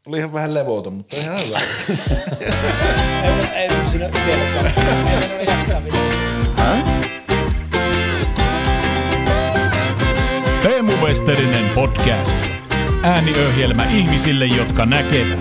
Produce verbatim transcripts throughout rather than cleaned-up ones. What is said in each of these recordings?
Oli ihan vähän levoton, mutta ihan hyvä. ei, ei sinä itselle kanssa. Ei ole jaksaa mitään. Teemu Westerinen podcast. Ääniöhjelmä ihmisille, jotka näkevät.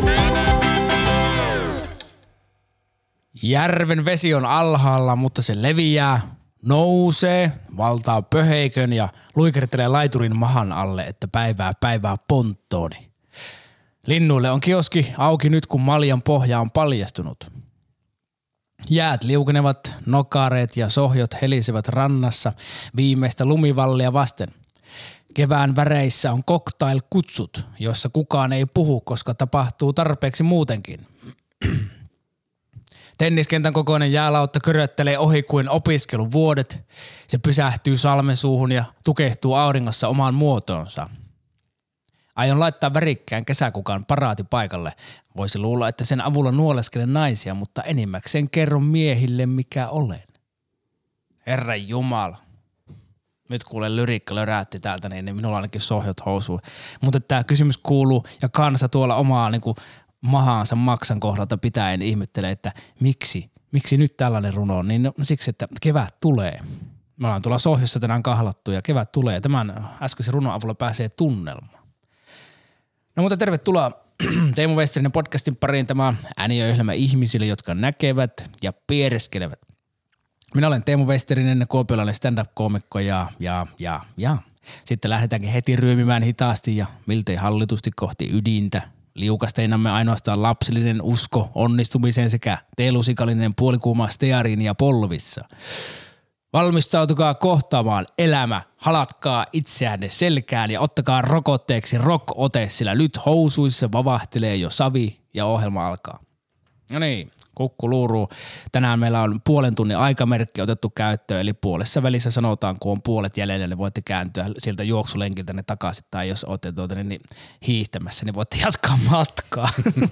Järven vesi on alhaalla, mutta se leviää, nousee, valtaa pöheikön ja luikertelee laiturin mahan alle, että päivää päivää ponttooni. Linnuille on kioski auki nyt, kun maljan pohja on paljastunut. Jäät liukenevat, nokareet ja sohjot helisevät rannassa viimeistä lumivallia vasten. Kevään väreissä on cocktail-kutsut, joissa kukaan ei puhu, koska tapahtuu tarpeeksi muutenkin. Tenniskentän kokoinen jäälautta köröttelee ohi kuin opiskeluvuodet. Se pysähtyy salmen suuhun ja tukehtuu auringossa omaan muotoonsa. Aion laittaa värikkään kesäkukaan paraatipaikalle. Voisi luulla, että sen avulla nuoleskelen naisia, mutta enimmäkseen kerron miehille, mikä olen. Herra Jumala. Nyt kuulen lyriikka löräätti täältä, niin minulla ainakin sohjot housuun. Mutta tämä kysymys kuuluu, ja kansa tuolla omaa niin kuin mahaansa maksan kohdalta pitäen ihmettelee, että miksi, miksi nyt tällainen runo on. Niin no, siksi, että kevät tulee. Me ollaan tuolla sohjossa tänään kahlattu ja kevät tulee. Tämän äskeisen runon avulla pääsee tunnelmaan. No mutta tervetuloa Teemu Westerinen podcastin pariin. Tämä on ääniöohjelma ihmisille, jotka näkevät ja piereskelevät. Minä olen Teemu Westerinen, kuopiolainen stand-up-koomikko ja, ja, ja, ja. Sitten lähdetäänkin heti ryömimään hitaasti ja miltei hallitusti kohti ydintä. Liukasteinamme ainoastaan lapsellinen usko onnistumiseen sekä teelusikallinen puolikuuma steariini ja polvissa. Valmistautukaa kohtaamaan elämä, halatkaa itseänne selkään ja ottakaa rokotteeksi rock-ote, sillä nyt housuissa vavahtelee jo savi ja ohjelma alkaa. No niin, kukku luuruu. Tänään meillä on puolen tunnin aikamerkki otettu käyttöön, eli puolessa välissä sanotaan, kun on puolet jäljellä, niin voitte kääntyä sieltä juoksulenkiltä ne takaisin, tai jos olette tuota, niin hiihtämässä, niin voitte jatkaa matkaa.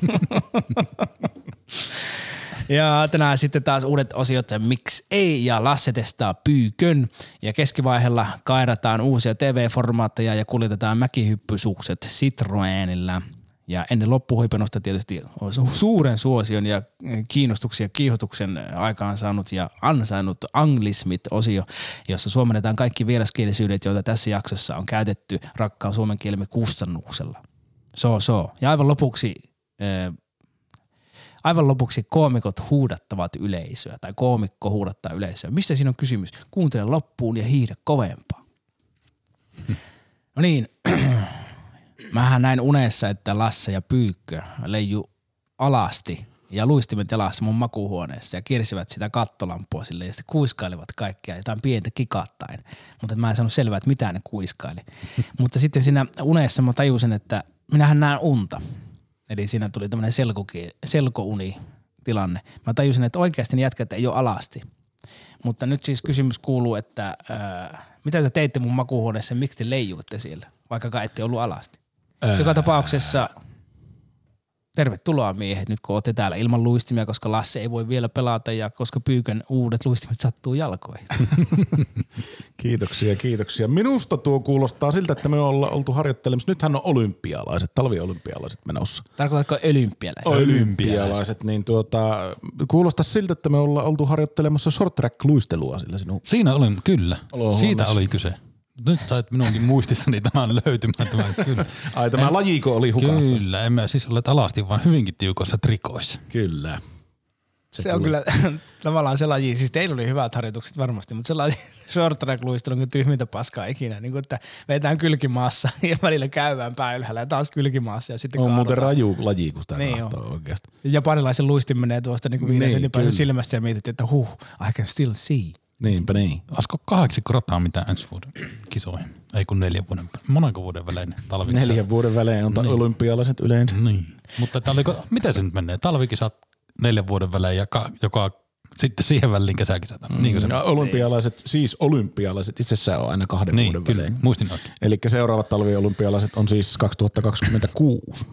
Ja tänään sitten taas uudet osiot, miksi ei, ja Lasse testaa pyykön, ja keskivaiheella kairataan uusia T V-formaatteja ja kuljetetaan mäkihyppysukset Citroenillä. Ja ennen loppuhuipennosta tietysti on suuren suosion ja kiinnostuksen ja kiihotuksen aikaan saanut ja ansainnut anglismit-osio, jossa suomennetaan kaikki vieraskielisyydet, joita tässä jaksossa on käytetty rakkaan suomen kielemme kustannuksella. So, so. Ja aivan lopuksi, äh, aivan lopuksi koomikot huudattavat yleisöä tai koomikko huudattaa yleisöä. Mistä siinä on kysymys? Kuuntele loppuun ja hiihdä kovempaa. No niin. Mähän näin unessa, että Lasse ja Pyykkö leiju alasti ja luistimet jalassa mun makuuhuoneessa ja kiersivät sitä kattolampua sille ja sitten kuiskailivat kaikkea jotain pientä kikattaen. Mutta mä en saanut selvää, että mitä ne kuiskaili. Mutta sitten siinä unessa mä tajusin, että minähän näen unta. Eli siinä tuli tämmöinen selkouni-tilanne. Mä tajusin, että oikeasti ne jätkät ei ole alasti. Mutta nyt siis kysymys kuuluu, että ää, mitä te teitte mun makuuhuoneessa ja miksi te leijuitte siellä, vaikka ette ollut alasti? Joka tapauksessa tervetuloa miehet nyt kun olette täällä ilman luistimia, koska Lasse ei voi vielä pelata ja koska Pyykön uudet luistimet sattuu jalkoihin. Kiitoksia, kiitoksia. Minusta tuo kuulostaa siltä, että me ollaan oltu harjoittelemassa. Nythän on olympialaiset, talviolympialaiset menossa. Tarkoitatko olympialaiset? Olympialaiset, niin tuota, kuulostaa siltä, että me ollaan oltu harjoittelemassa short track luistelua sillä sinun. Siinä oli, kyllä. Siitä oli kyse. Nyt sait minunkin muistissani tämän löytymään. Tämän, kyllä. Ai tämä en, lajiko oli hukassa? Kyllä, emme siis olleet alasti, vaan hyvinkin tiukoissa trikoissa. Kyllä. Se, se on kyllä tavallaan se laji, siis teillä oli hyvät harjoitukset varmasti, mutta sellainen short track luistelu on tyhmintä paskaa ikinä, niin kuin että vetään kylkimaassa ja välillä käydään pää ylhäällä ja taas kylkimaassa ja sitten on kaadutaan. Muuten raju laji, kun sitä niin kahtoo oikeasti. Japanilaisen luistin menee tuosta niin kuin viiden niin, sentin päästä silmästä ja mietit, että huh, I can still see. Niinpä niin. Olisiko kahdeksikko rataa mitään ensi vuoden kisoihin? Ei kun neljän vuoden, monenko vuoden välein talvikisat? Neljän vuoden välein on niin. Olympialaiset yleensä. Niin. Mutta että oliko, miten se nyt menee? Talvikisat neljän vuoden välein ja ka, joka sitten siihen väliin kesäkisat. Mm. Niin se olympialaiset, siis olympialaiset itsessään on aina kahden niin, vuoden kyllä, välein. Muistin oikein. Eli seuraavat talviolympialaiset on siis kaksituhattakaksikymmentäkuusi.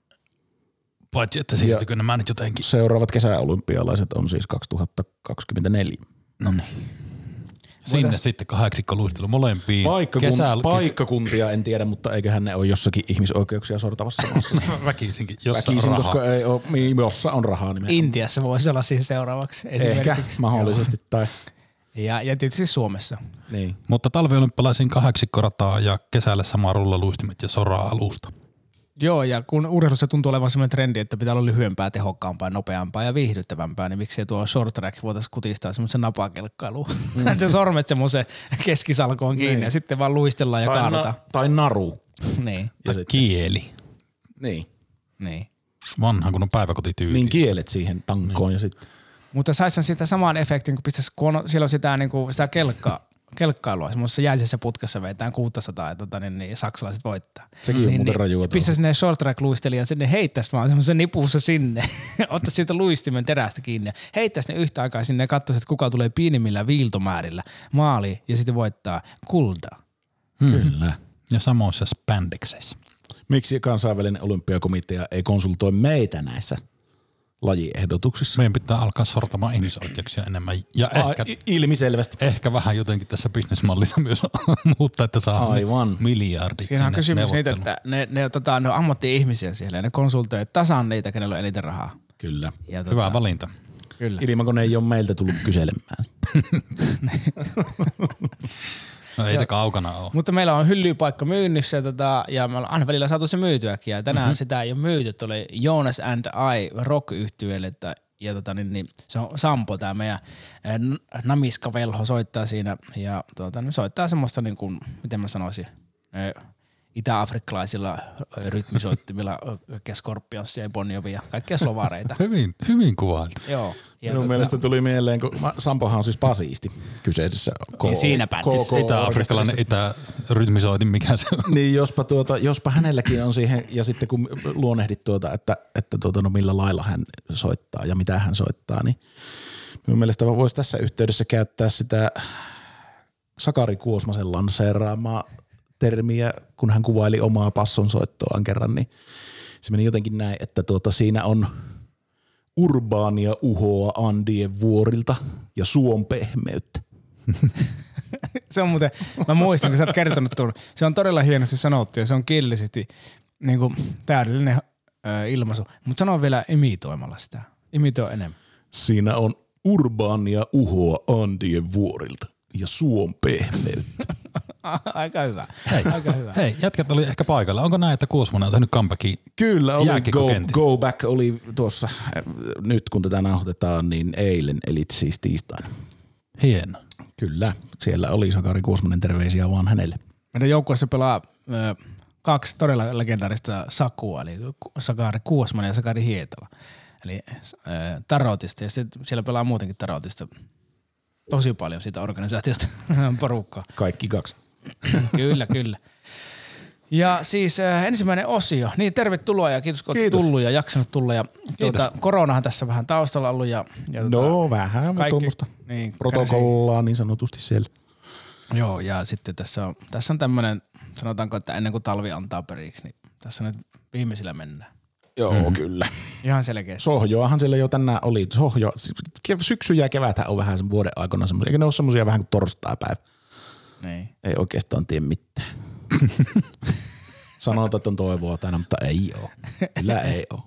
Paitsi, että siirtykö nämä nyt jotenkin. Seuraavat kesäolympialaiset on siis kaksituhattakaksikymmentäneljä. No niin. Sinne sitten kahdeksikkoluistelu molempiin. Paikkakun, Kesä, paikkakuntia en tiedä, mutta eiköhän ne ole jossakin ihmisoikeuksia sortavassa maassa. Väkisinkin, jossa Väkisin, on rahaa. koska ei ole, jossa on rahaa nimenomaan. Intiassa voisi olla siis seuraavaksi esimerkiksi. Ehkä, mahdollisesti. Tai, Ja, ja tietysti Suomessa. niin. Mutta talviolympialaisiin kahdeksikkorataa ja kesällä sama rullaluistimet ja soraa-alusta. Joo, ja kun urheilussa tuntuu olevan sellainen trendi, että pitää olla lyhyempää, tehokkaampaa, nopeampaa ja viihdyttävämpää, niin miksei tuo short track voitaisiin kutistaa semmoisen napakelkkailuun. Mm. se sormet semmoisen keskisalkoon kiinni niin. ja sitten vaan luistellaan ja Tai, kaadutaan. na, tai naru. niin, Ja sitten, Kieli. niin. niin. Vanha kun on päiväkotityyli. Niin kielet siihen tankoon niin. ja sitten. Mutta saisi sitä saman efektin, kun pistäisi, kun on, siellä on sitä, niin kuin, sitä kelkkaa, kelkkailua, semmoisessa jäisessä putkassa vetään kuusisataa ja tota, niin, niin, saksalaiset voittaa. Sekin on niin, muuten niin, rajua. pistäisi ne short track luistelijan sinne, heittäisi vaan semmoisen nipussa sinne, ottaisi siitä luistimen terästä kiinni ja heittäisi ne yhtä aikaa sinne ja katsoisi, että kuka tulee pienimmillä viiltomäärillä maaliin ja sitten voittaa kultaa. Hmm. Kyllä. Ja samoissa spandekseissä. Miksi kansainvälinen olympiakomitea ei konsultoi meitä näissä lajiehdotuksissa? Meidän pitää alkaa sortamaan ihmisoikeuksia enemmän ja A, ehkä, ilmiselvästi. ehkä vähän jotenkin tässä bisnesmallissa myös muuttaa, että saa Aivan. miljardit Siinä on sinne kysymys niitä, neuvotteluun. että ne, ne, tota, ne on ammatti-ihmisiä siellä ja ne konsultoi tasan niitä, kenellä on eniten rahaa. Kyllä. Ja, tota, Hyvä valinta. Kyllä. Ilman kun ne ei ole meiltä tullut kyselemään. No ei se kaukana ole. Mutta meillä on hyllypaikka myynnissä ja, tota, ja me ollaan aina välillä saatu se myytyäkin ja tänään mm-hmm. sitä ei ole myyty tuolle Jonas and I rock-yhtyeelle ja tota, niin, niin, se on Sampo, tämä meidän äh, namiskavelho soittaa siinä ja tota, niin soittaa semmoista niin kuin, miten mä sanoisin, äh, itä-afrikkalaisilla rytmisoittimilla kaikkea Scorpionsia ja Bon Jovia, kaikkia slovareita. Hyvin, hyvin kuvailtu. Joo. Ja Minun tota, mielestä tuli mieleen, kun Sampohan on siis basiisti kyseisessä K- Niin siinä bändissä. K- K- Itä-afrikkalainen itä-rytmisoitin, mikä se on. Niin jospa, tuota, jospa hänelläkin on siihen, ja sitten kun luonnehdit tuota, että, että tuota, no millä lailla hän soittaa ja mitä hän soittaa, niin minun mielestä voisi tässä yhteydessä käyttää sitä Sakari Kuosmasen lanseeraamaa termiä, kun hän kuvaili omaa passonsoittoaan kerran, niin se meni jotenkin näin, että tuota, siinä on urbaania uhoa Andien vuorilta ja suon pehmeyttä. Se on muuten, mä muistan, kun sä oot kertonut tuon, se on todella hienosti sanottu ja se on kielellisesti niin kuin täydellinen ö, ilmaisu, mutta sano vielä imitoimalla sitä, imitoi enemmän. Siinä on urbaania uhoa Andien vuorilta ja suon pehmeyttä. Aika hyvä, Hei, aika hyvä. hei, jätkät oli ehkä paikalla. Onko näin, että Kuosmanen on tehnyt comebackin? Kyllä, oli go, Jääkiekkokentillä. go Back oli tuossa, äh, nyt kun tätä nauhoitetaan, niin eilen, eli siis tiistaina. Hieno. Kyllä, siellä oli Sakari Kuosmanen, terveisiä vaan hänelle. Meidän joukkueessa pelaa ö, kaksi todella legendaarista sakua, eli Sakari Kuosmanen ja Sakari Hietala. Eli ö, tarotista ja sitten siellä pelaa muutenkin tarotista tosi paljon siitä organisaatiosta porukkaa. Kaikki kaksi. Kyllä, kyllä. Ja siis äh, ensimmäinen osio. Niin, tervetuloa ja kiitos kun olette Kiitos. tullut ja jaksanut tulla. Ja tuota, koronahan tässä vähän taustalla ollut. Ja, ja tuota, No vähän, mutta tuommoista niin, protokollaa niin sanotusti siellä. kärsii. Joo, ja sitten tässä on, tässä on tämmöinen, sanotaanko, että ennen kuin talvi antaa periksi, niin tässä nyt viimeisillä mennään. Joo, mm-hmm. kyllä. Ihan selkeästi. Sohjoahan siellä jo tänään oli. Sohjo, syksy ja keväthän on vähän sen vuoden aikana semmoisia. Eikö ne ole semmoisia vähän kuin torstaipäivä? Niin. Ei oikeastaan tiedä mitään. Sanotaan, että on toivoa tänä, mutta ei ole. Kyllä ei ole.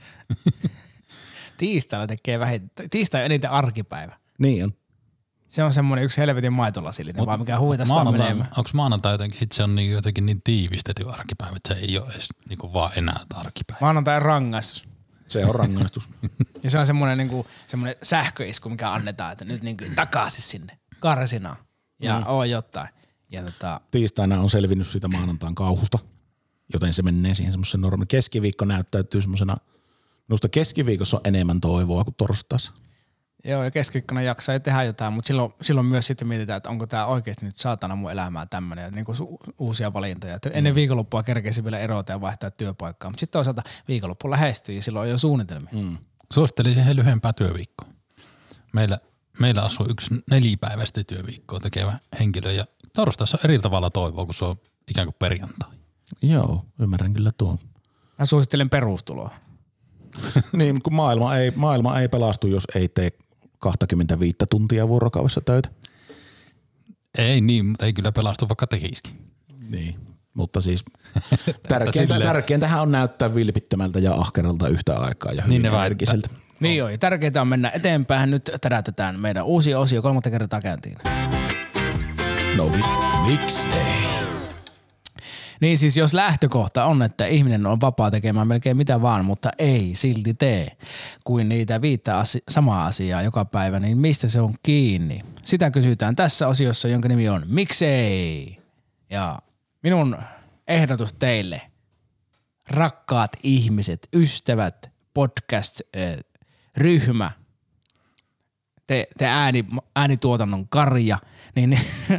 Tiistaina tekee vähiten. Tiistai on eniten arkipäivä. Niin on. Se on semmoinen yksi helvetin maitolasillinen, vaan mikä huvitastaa menemään. Onko maanantai jotenkin, sit se on niin jotenkin niin tiivistetty arkipäivä, että se ei ole edes niin vaan enää arkipäivä. Maanantai on rangaistus. Se on rangaistus. Ja se on semmoinen, niinku, semmoinen sähköisku, mikä annetaan, että nyt niinku takaisin sinne karsinaan ja mm. oo jotain. Ja tota, Tiistaina on selvinnyt siitä maanantain kauhusta, joten se menee siihen semmoisen normi. Keskiviikko näyttäytyy semmoisena, minusta keskiviikossa on enemmän toivoa kuin torstaissa. joo, ja keskiviikkona jaksaa ja tehdä jotain, mutta silloin, silloin myös sitten mietitään, että onko tämä oikeasti nyt saatana mun elämää tämmöinen, ja niinku su- uusia valintoja. Et ennen viikonloppua kerkeisi vielä erota ja vaihtaa työpaikkaa, mutta sitten toisaalta viikonloppu lähestyy ja silloin on jo suunnitelmia. Mm. Suosittelisin he lyhyempää työviikkoa. Meillä, meillä asuu yksi nelipäiväistä työviikkoa tekevä henkilö ja torstaissa on eri tavalla toivoa, kun se on ikään kuin perjantai. Joo, ymmärrän kyllä tuon. Mä suosittelen perustuloa. Niin, kun maailma ei, maailma ei pelastu, jos ei tee kaksikymmentäviisi tuntia vuorokaudessa töitä. Ei niin, mutta ei kyllä pelastu vaikka tekisikin. Niin, mutta siis tärkeintä, silleen- tärkeintähän on näyttää vilpittömältä ja ahkeralta yhtä aikaa ja hyvin Niin ne väittää. energiseltä. Niin joo, ja tärkeintä on mennä eteenpäin. Nyt tärätetään meidän uusi osio kolmatta kertaa käyntiin. No vi, miksi ei? Niin siis jos lähtökohta on, että ihminen on vapaa tekemään melkein mitä vaan, mutta ei silti tee kuin niitä viittä asi- samaa asiaa joka päivä, niin mistä se on kiinni? Sitä kysytään tässä osiossa, jonka nimi on Miksei? Ja minun ehdotus teille, rakkaat ihmiset, ystävät, podcast-ryhmä, te, te ääni, äänituotannon karja, niin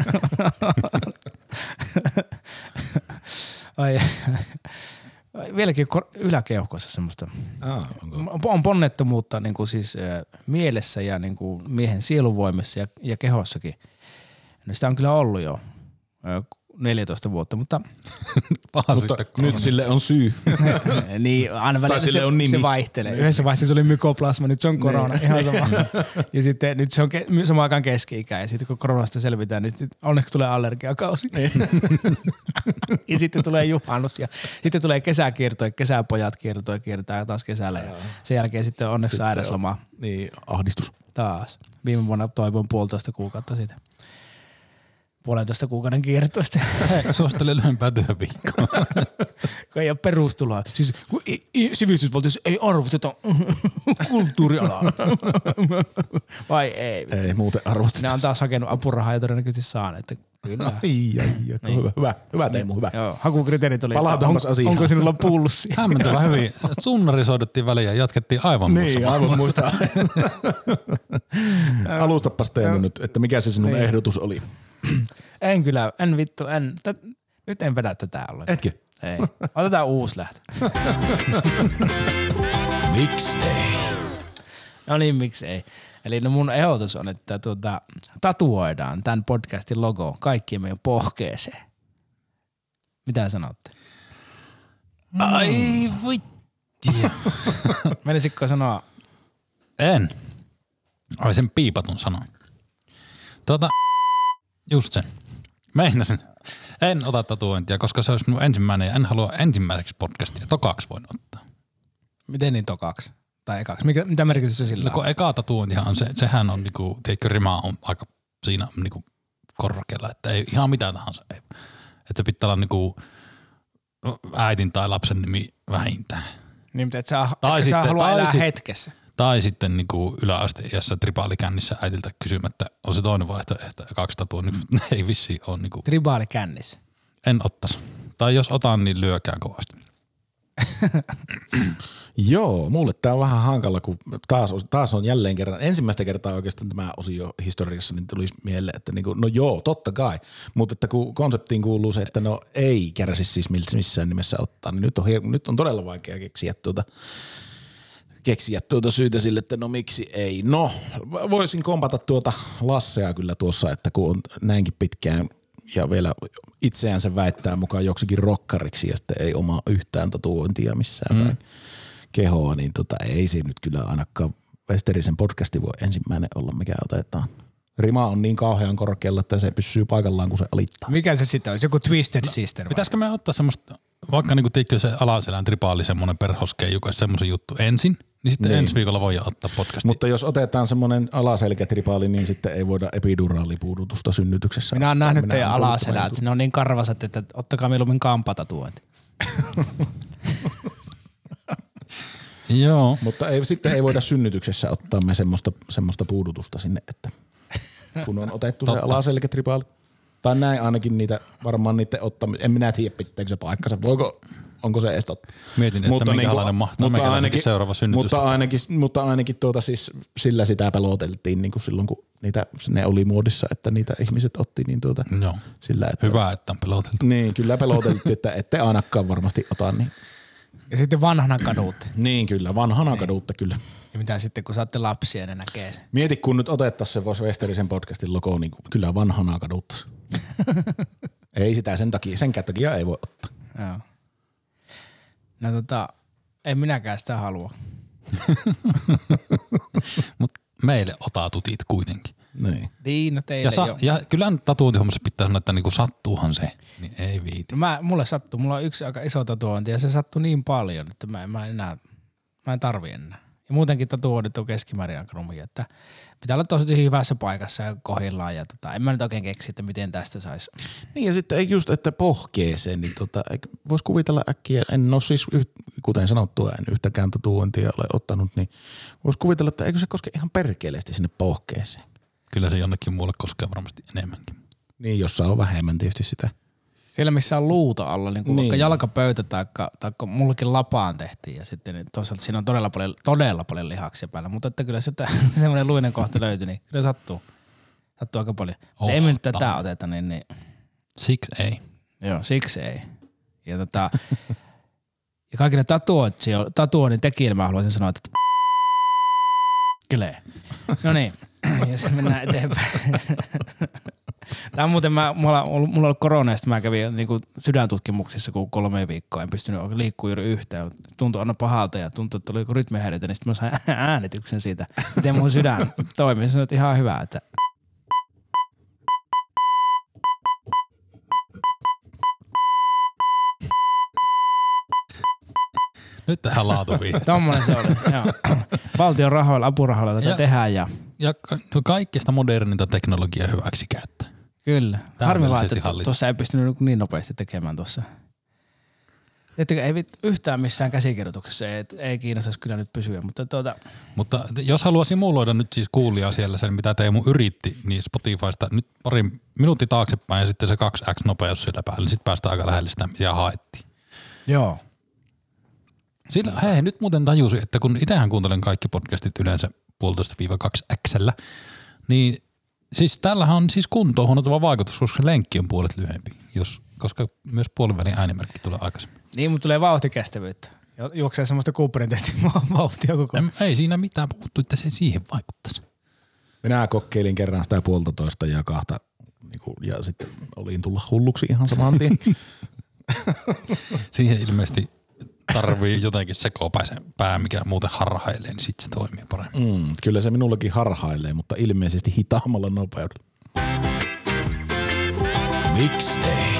ai, ai, vieläkin kor- yläkeuhkoissa semmoista. Ah, onko? On ponnettomuutta niin kuin siis äh, mielessä ja niin kuin miehen sielunvoimissa ja, ja kehossakin. No sitä on kyllä ollut jo äh, neljätoista vuotta, mutta Paha Mutta sitten nyt sille on syy. niin aina välillä sille se, on nimi. se vaihtelee. Yhdessä vaiheessa se oli mykoplasma, nyt se on korona, ihan sama. Ja sitten nyt se on ke- samaan aikaan keski-ikä ja sitten kun koronasta selvitään, niin sitten onneksi tulee allergiakausi. Ja sitten tulee juhannus ja sitten tulee kesäkierto ja kesäpojat kiertoi kiertää taas kesällä ja sen jälkeen sitten on onneksi sairausloma Niin, ahdistus. taas. Viime vuonna toivon puolitoista kuukautta siitä. Puolentoista kuukauden kiertoista. Suosittelen lyhyempää työviikkoa. Kun ei ole perustuloa. Siis kun i- i- sivistysvaltiossa ei arvosteta kulttuurialaa. Vai ei? Ei muuten arvosteta. Ne on taas hakenut apurahaa ja todennäköisesti saaneet. Että kyllä. Ai, ai, ai, Niin. hyvä, hyvä, hyvä Teemu, hyvä. Joo, hakukriteerit oli, että Palataanpas on, asiaan. onko sinulla pulssi? Hämmentävä hyvin. Sunnari soitettiin väliin ja jatkettiin aivan muussa. Niin, aivan muista. Alustapas Teemu nyt, että mikä se sinun Niin. ehdotus oli. En kyllä, en vittu, en. Tät, nyt en vedä tätä ollenkaan. Etkä? Ei. Otetaan uusi lähtö. Miksi ei? No niin, miksi ei. Eli no mun ehdotus on, että tuota, tatuoidaan tämän podcastin logo kaikkien meidän pohkeeseen. Mitä sanotte? Ai vittia. Menisitko sanoa? En. Ai sen piipatun sanon. Tota, just sen. Meinasin. En ota tatuointia, koska se olisi minun ensimmäinen ja en halua ensimmäiseksi podcastia. Tokaksi voin ottaa. Miten niin tokaksi? Tai ekaksi? Mikä, mitä merkitystä sillä No on? kun eka tatuointihan on se, sehän on niinku, tiedätkö, rima on aika siinä niinku korkealla, että ei ihan mitä tahansa. Ei. Että pitää olla niinku äitin tai lapsen nimi vähintään. Niin, mutta et sä, Tai et sä sitten- halua tai elää sit- hetkessä. Tai sitten niinku yläasteiässä tribaalikännissä äitiltä kysymättä, on se toinen vaihtoehto, kaksi tatua, nyt ei vissiin ole niinku, Tribaali kännissä. en ottaisi. Tai jos otan, niin lyökään kovasti. Joo, mulle tää on vähän hankala, kun taas, taas on jälleen kerran, ensimmäistä kertaa oikeastaan tämä osio historiassa, niin tulisi mieleen, että niinku, no joo, totta kai, mutta että kun konseptiin kuuluu se, että no ei kärsi siis missään nimessä ottaa, niin nyt on, hir- nyt on todella vaikea keksiä tuota, keksiä tuota syytä sille, että no miksi ei. No, voisin kompata tuota Lassea kyllä tuossa, että kun on näinkin pitkään ja vielä itseään se väittää mukaan joksikin rokkariksi ja sitten ei omaa yhtään tatuointia missään mm. päin kehoa, niin tota, ei se nyt kyllä ainakaan Westerisen podcasti voi ensimmäinen olla, mikä otetaan. Rima on niin kauhean korkealla, että se pysyy paikallaan, kun se alittaa. Mikä se sitten olisi? Joku Twisted Sister vai? Pitäisikö me ottaa semmoista, vaikka niinku tiedätkö se alaselän tripaali semmoinen perhoskeiju, semmoisen juttu ensin, niin sitten Niin. ensi viikolla voi ottaa podcastia. Mutta jos otetaan semmoinen alaselkätripaali, niin sitten ei voida epiduraalipuudutusta synnytyksessä. Minä olen ottaa. nähnyt Minä teidän olen kuullut alaselät. tämän Ne on niin karvaset, että ottakaa mieluummin kampatatuointi. Joo. Mutta ei, sitten ei voida synnytyksessä ottaa me semmoista, semmoista puudutusta sinne, että kun on otettu se Totta. alaselkätripaali. Tai näin ainakin niitä, varmaan niiden ottamista. En minä tiedä, pitääkö se paikkansa. Voiko, onko se edes totta? Mietin, että minkälainen niinku- mahtaa meikäläisenkin seuraava synnytys. Mutta ainakin, mutta ainakin tuota siis sillä sitä peloteltiin niin kuin silloin, kun niitä, ne oli muodissa, että niitä ihmiset otti, niin tuota Joo. sillä, että Hyvä, että on peloteltu. niin, kyllä peloteltiin, että ette ainakaan varmasti ota. Niin, Ja sitten vanhana kadutte. niin kyllä, vanhana kaduutta kyllä. Ja mitä sitten, kun saatte lapsia, ne näkee sen. Mieti, kun nyt otettaisiin se Vos Westerisen podcastin logo, niin kyllä vanhana kaduttaisiin. Ei sitä sen takia, sen takia ei voi ottaa. Joo. No tota, en minäkään sitä halua. Mutta meille ota tutit kuitenkin. Niin. Niin, no teille Ja, sa- jo. ja kyllä tatuointihommassa pitää sanoa, että niinku sattuuhan se, niin ei viiti. No mä, mulle sattuu, mulla on yksi aika iso tatuointi ja se sattuu niin paljon, että mä, mä, en enää, mä en tarvi enää. Ja muutenkin tatuoinnit on keskimäärin aika rumia, että pitää olla tosi hyvässä paikassa ja kohdillaan. Ja tota, en mä nyt oikein keksi, että miten tästä saisi. Niin ja sitten just, että pohkeeseen, niin tota, voisi kuvitella äkkiä, en ole siis, kuten sanottua, en yhtäkään tatuointia ole ottanut, niin voisi kuvitella, että eikö se koske ihan perkeleesti sinne pohkeeseen. Kyllä se jonnekin muulle koskee varmasti enemmänkin. Niin, jossa on vähemmän tietysti sitä. Siellä missä on luuta alla, niin kuin Niin. vaikka jalkapöytä tai mullakin lapaan tehtiin ja sitten niin toisaalta siinä on todella paljon, todella paljon lihaksia päällä, mutta että kyllä se semmoinen luinen kohta löytyi, niin kyllä sattuu. Sattuu aika paljon. Oh, ei me nyt tätä oteta, niin, niin siksi ei. joo, siksi ei. Ja, tota, ja kaikille tatuoinnin tekijöille mä haluaisin sanoa, että kyllä. No niin, ja se mennään eteenpäin. Tämä on muuten, mä, mulla, mulla on ollut korona ja mä kävin niin kuin sydäntutkimuksissa kuin kolme viikkoa. En pystynyt liikkumaan juuri yhtään. Tuntui aina pahalta ja tuntui, että oli joku rytmihäiriötä, niin sitten mä sain äänityksen siitä, miten mun sydän toimii. Se on ihan hyvä, että Nyt tähän laatuviin. tommonen se oli. Joo. Valtion rahoilla, apurahoilla tätä Ja- tehdään ja Ja ka- kaikkea moderninta teknologiaa hyväksi käyttää. kyllä. Harmi vaan, että hallita. tuossa ei pystynyt niin nopeasti tekemään tuossa. Tiettikö, ei vit- yhtään missään käsikirjoituksessa, ei, ei kiinnostaisi kyllä nyt pysyä, mutta tuota, Mutta jos haluaa simuloida nyt siis kuulijaa siellä sen, mitä Teemu yritti, niin Spotifysta nyt pari minuutti taaksepäin ja sitten se kaksi x nopeus siellä päällä, niin sitten päästään aika lähelle sitä, mitä haettiin. joo. Sillä, hei, nyt muuten tajusin, että kun itsehän kuuntelen kaikki podcastit yleensä puolitoista kaksi x:llä, niin siis tällähän on siis kuntoon huonottava vaikutus, koska lenkki on puolet lyhyempi, jos, koska myös puolivälin äänimerkki tulee aikaisemmin. Niin, mutta tulee vauhtikestävyyttä. Ju- Juoksee semmoista Cooperin testin vauhtia koko ajan. Ei siinä mitään puhuttu, että se siihen vaikuttaisi. Minä kokeilin kerran sitä puolitoista ja kahta niin kuin, ja sitten olin tulla hulluksi ihan saman tien. Siihen ilmeisesti tarvii jotenkin sekopäisen pää, mikä muuten harhailee, niin sitten se toimii paremmin. Mm, kyllä se minullakin harhailee, mutta ilmeisesti hitaammalla nopeudella. Miksi ei?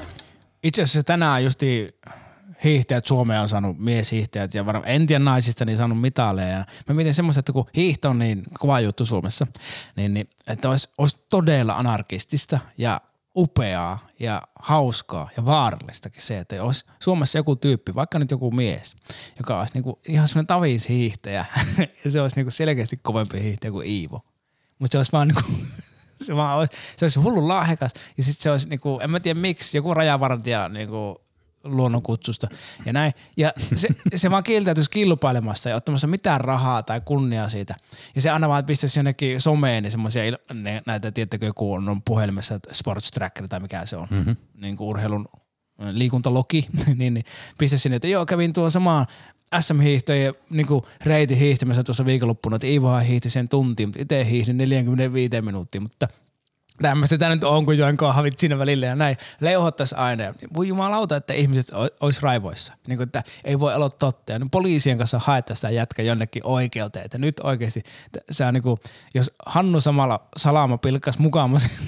Itse asiassa tänään justi hiihtäjät Suomea on saanut mieshiihtäjät ja varmaan en tiedä naisista niin saanut mitaleja. Mä mietin semmoista, että kun hiihto on niin kova juttu Suomessa, niin, niin että olisi, olisi todella anarkistista ja upeaa ja hauskaa ja vaarallistakin se, että olisi Suomessa joku tyyppi, vaikka nyt joku mies, joka olisi niinku ihan semmoinen tavishiihtäjä ja se olisi niinku selkeästi kovempi hiihtäjä kuin Iivo. Mutta se olisi vaan niinku, se, vaan olisi, se olisi hullu lahjakas ja sitten se olisi niinku, en mä tiedä miksi, joku rajavartija niinku luonnonkutsusta ja näin. Ja se, se vaan kieltäytyisi kilpailemasta ja ottamassa mitään rahaa tai kunniaa siitä. Ja se aina vaan pistäisi jonnekin someen niin semmoisia ne, näitä, tiettäkö joku on, on puhelimessa Sports Tracker tai mikä se on, mm-hmm. niin kuin urheilun liikuntalogi, niin, niin pistäisi sinne, että joo kävin tuon samaan S M-hiihtojen niin kuin reitin hiihtämässä tuossa viikonloppuna, että Iivohan hiihti sen tuntiin, mutta itse hiihdin neljäkymmentäviisi minuuttia, mutta tämmöistä tämä nyt on, kun join kahvit siinä välillä ja näin. Leuhottaisi aina. Voi jumalauta, että ihmiset olisi raivoissa. Niin kuin, että ei voi olla totta. Ja poliisien kanssa haettaisiin sitä jätkä jonnekin oikeuteen. Että nyt oikeasti, se on niin kuin, jos Hannu samalla Salama pilkkasi mukaan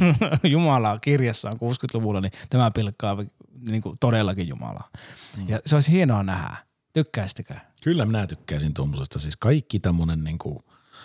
Jumalaa kirjassaan kuusikymmentäluvulla, niin tämä pilkkaa niin kuin todellakin Jumalaa. Mm. Ja se olisi hienoa nähdä. Tykkäisittekö? Kyllä minä tykkäisin tuommoisesta. Siis kaikki tämmöinen, niin kuin,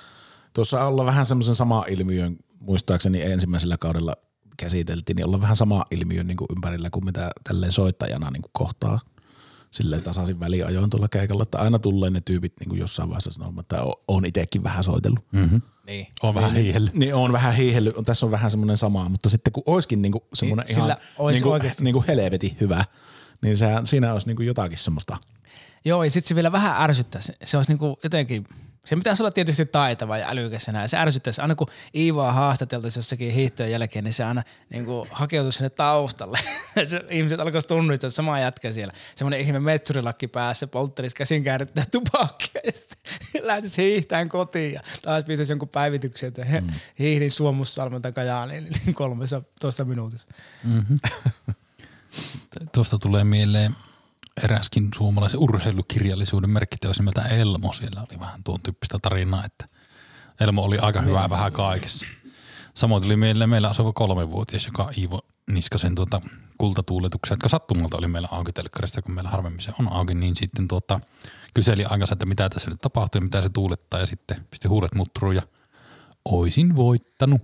tuossa olla vähän semmoisen sama ilmiön, muistaakseni ensimmäisellä kaudella käsiteltiin, niin olla vähän sama ilmiö niin kuin ympärillä kuin mitä tälleen soittajana niin kuin kohtaa silleen tasaisin väliajoin tuolla keikalla, että aina tulee ne tyypit niin kuin jossain vaiheessa sanomaan, että on itsekin vähän soitellut. Mm-hmm. Niin. On vähän hiihellyt. Niin on vähän hiihellyt, on, tässä on vähän semmoinen sama, mutta sitten kun olisikin niin kuin semmoinen Niin, ihan sillä olisi niin kuin, oikeasti- niin kuin helvetin hyvä, niin sehän, siinä olisi niin kuin jotakin semmoista. Joo, ja sitten se vielä vähän ärsyttäisi. Se olisi niinku jotenkin, se pitäisi olla tietysti taitava ja älykäs ja näin. Se ärsyttäisi. Aina kun Iivoa haastateltaisiin jossakin hiihtojen jälkeen, niin se aina niinku hakeutuisi sinne taustalle. Ihmiset alkoisi tunnistaa samaa jätkä siellä. Semmoinen ihme metsurilakki päässä, polttelisi käsin käärittää tupakkia ja sitten lähtisi hiihtämään kotiin ja taas pistäisi jonkun päivityksen, että he, mm. hiihdin Suomussalmelta Kajaaniin niin kolmessa toista minuutissa. Mm-hmm. Tuosta tulee mieleen eräskin suomalaisen urheilukirjallisuuden merkkiteos nimeltä Elmo. Siellä oli vähän tuon tyyppistä tarinaa, että Elmo oli aika hyvä vähän kaikessa. Samoin tuli meille, meillä asuva kolmevuotias, joka Iivo Niskasen tuota kultatuuletuksia, jotka sattumalta oli meillä auki telkkarista, kun meillä harvemmin se on auki, niin sitten tuota, kyseli aikansa, että mitä tässä nyt tapahtuu ja mitä se tuulettaa ja sitten pisti huulet mutruun ja oisin voittanut.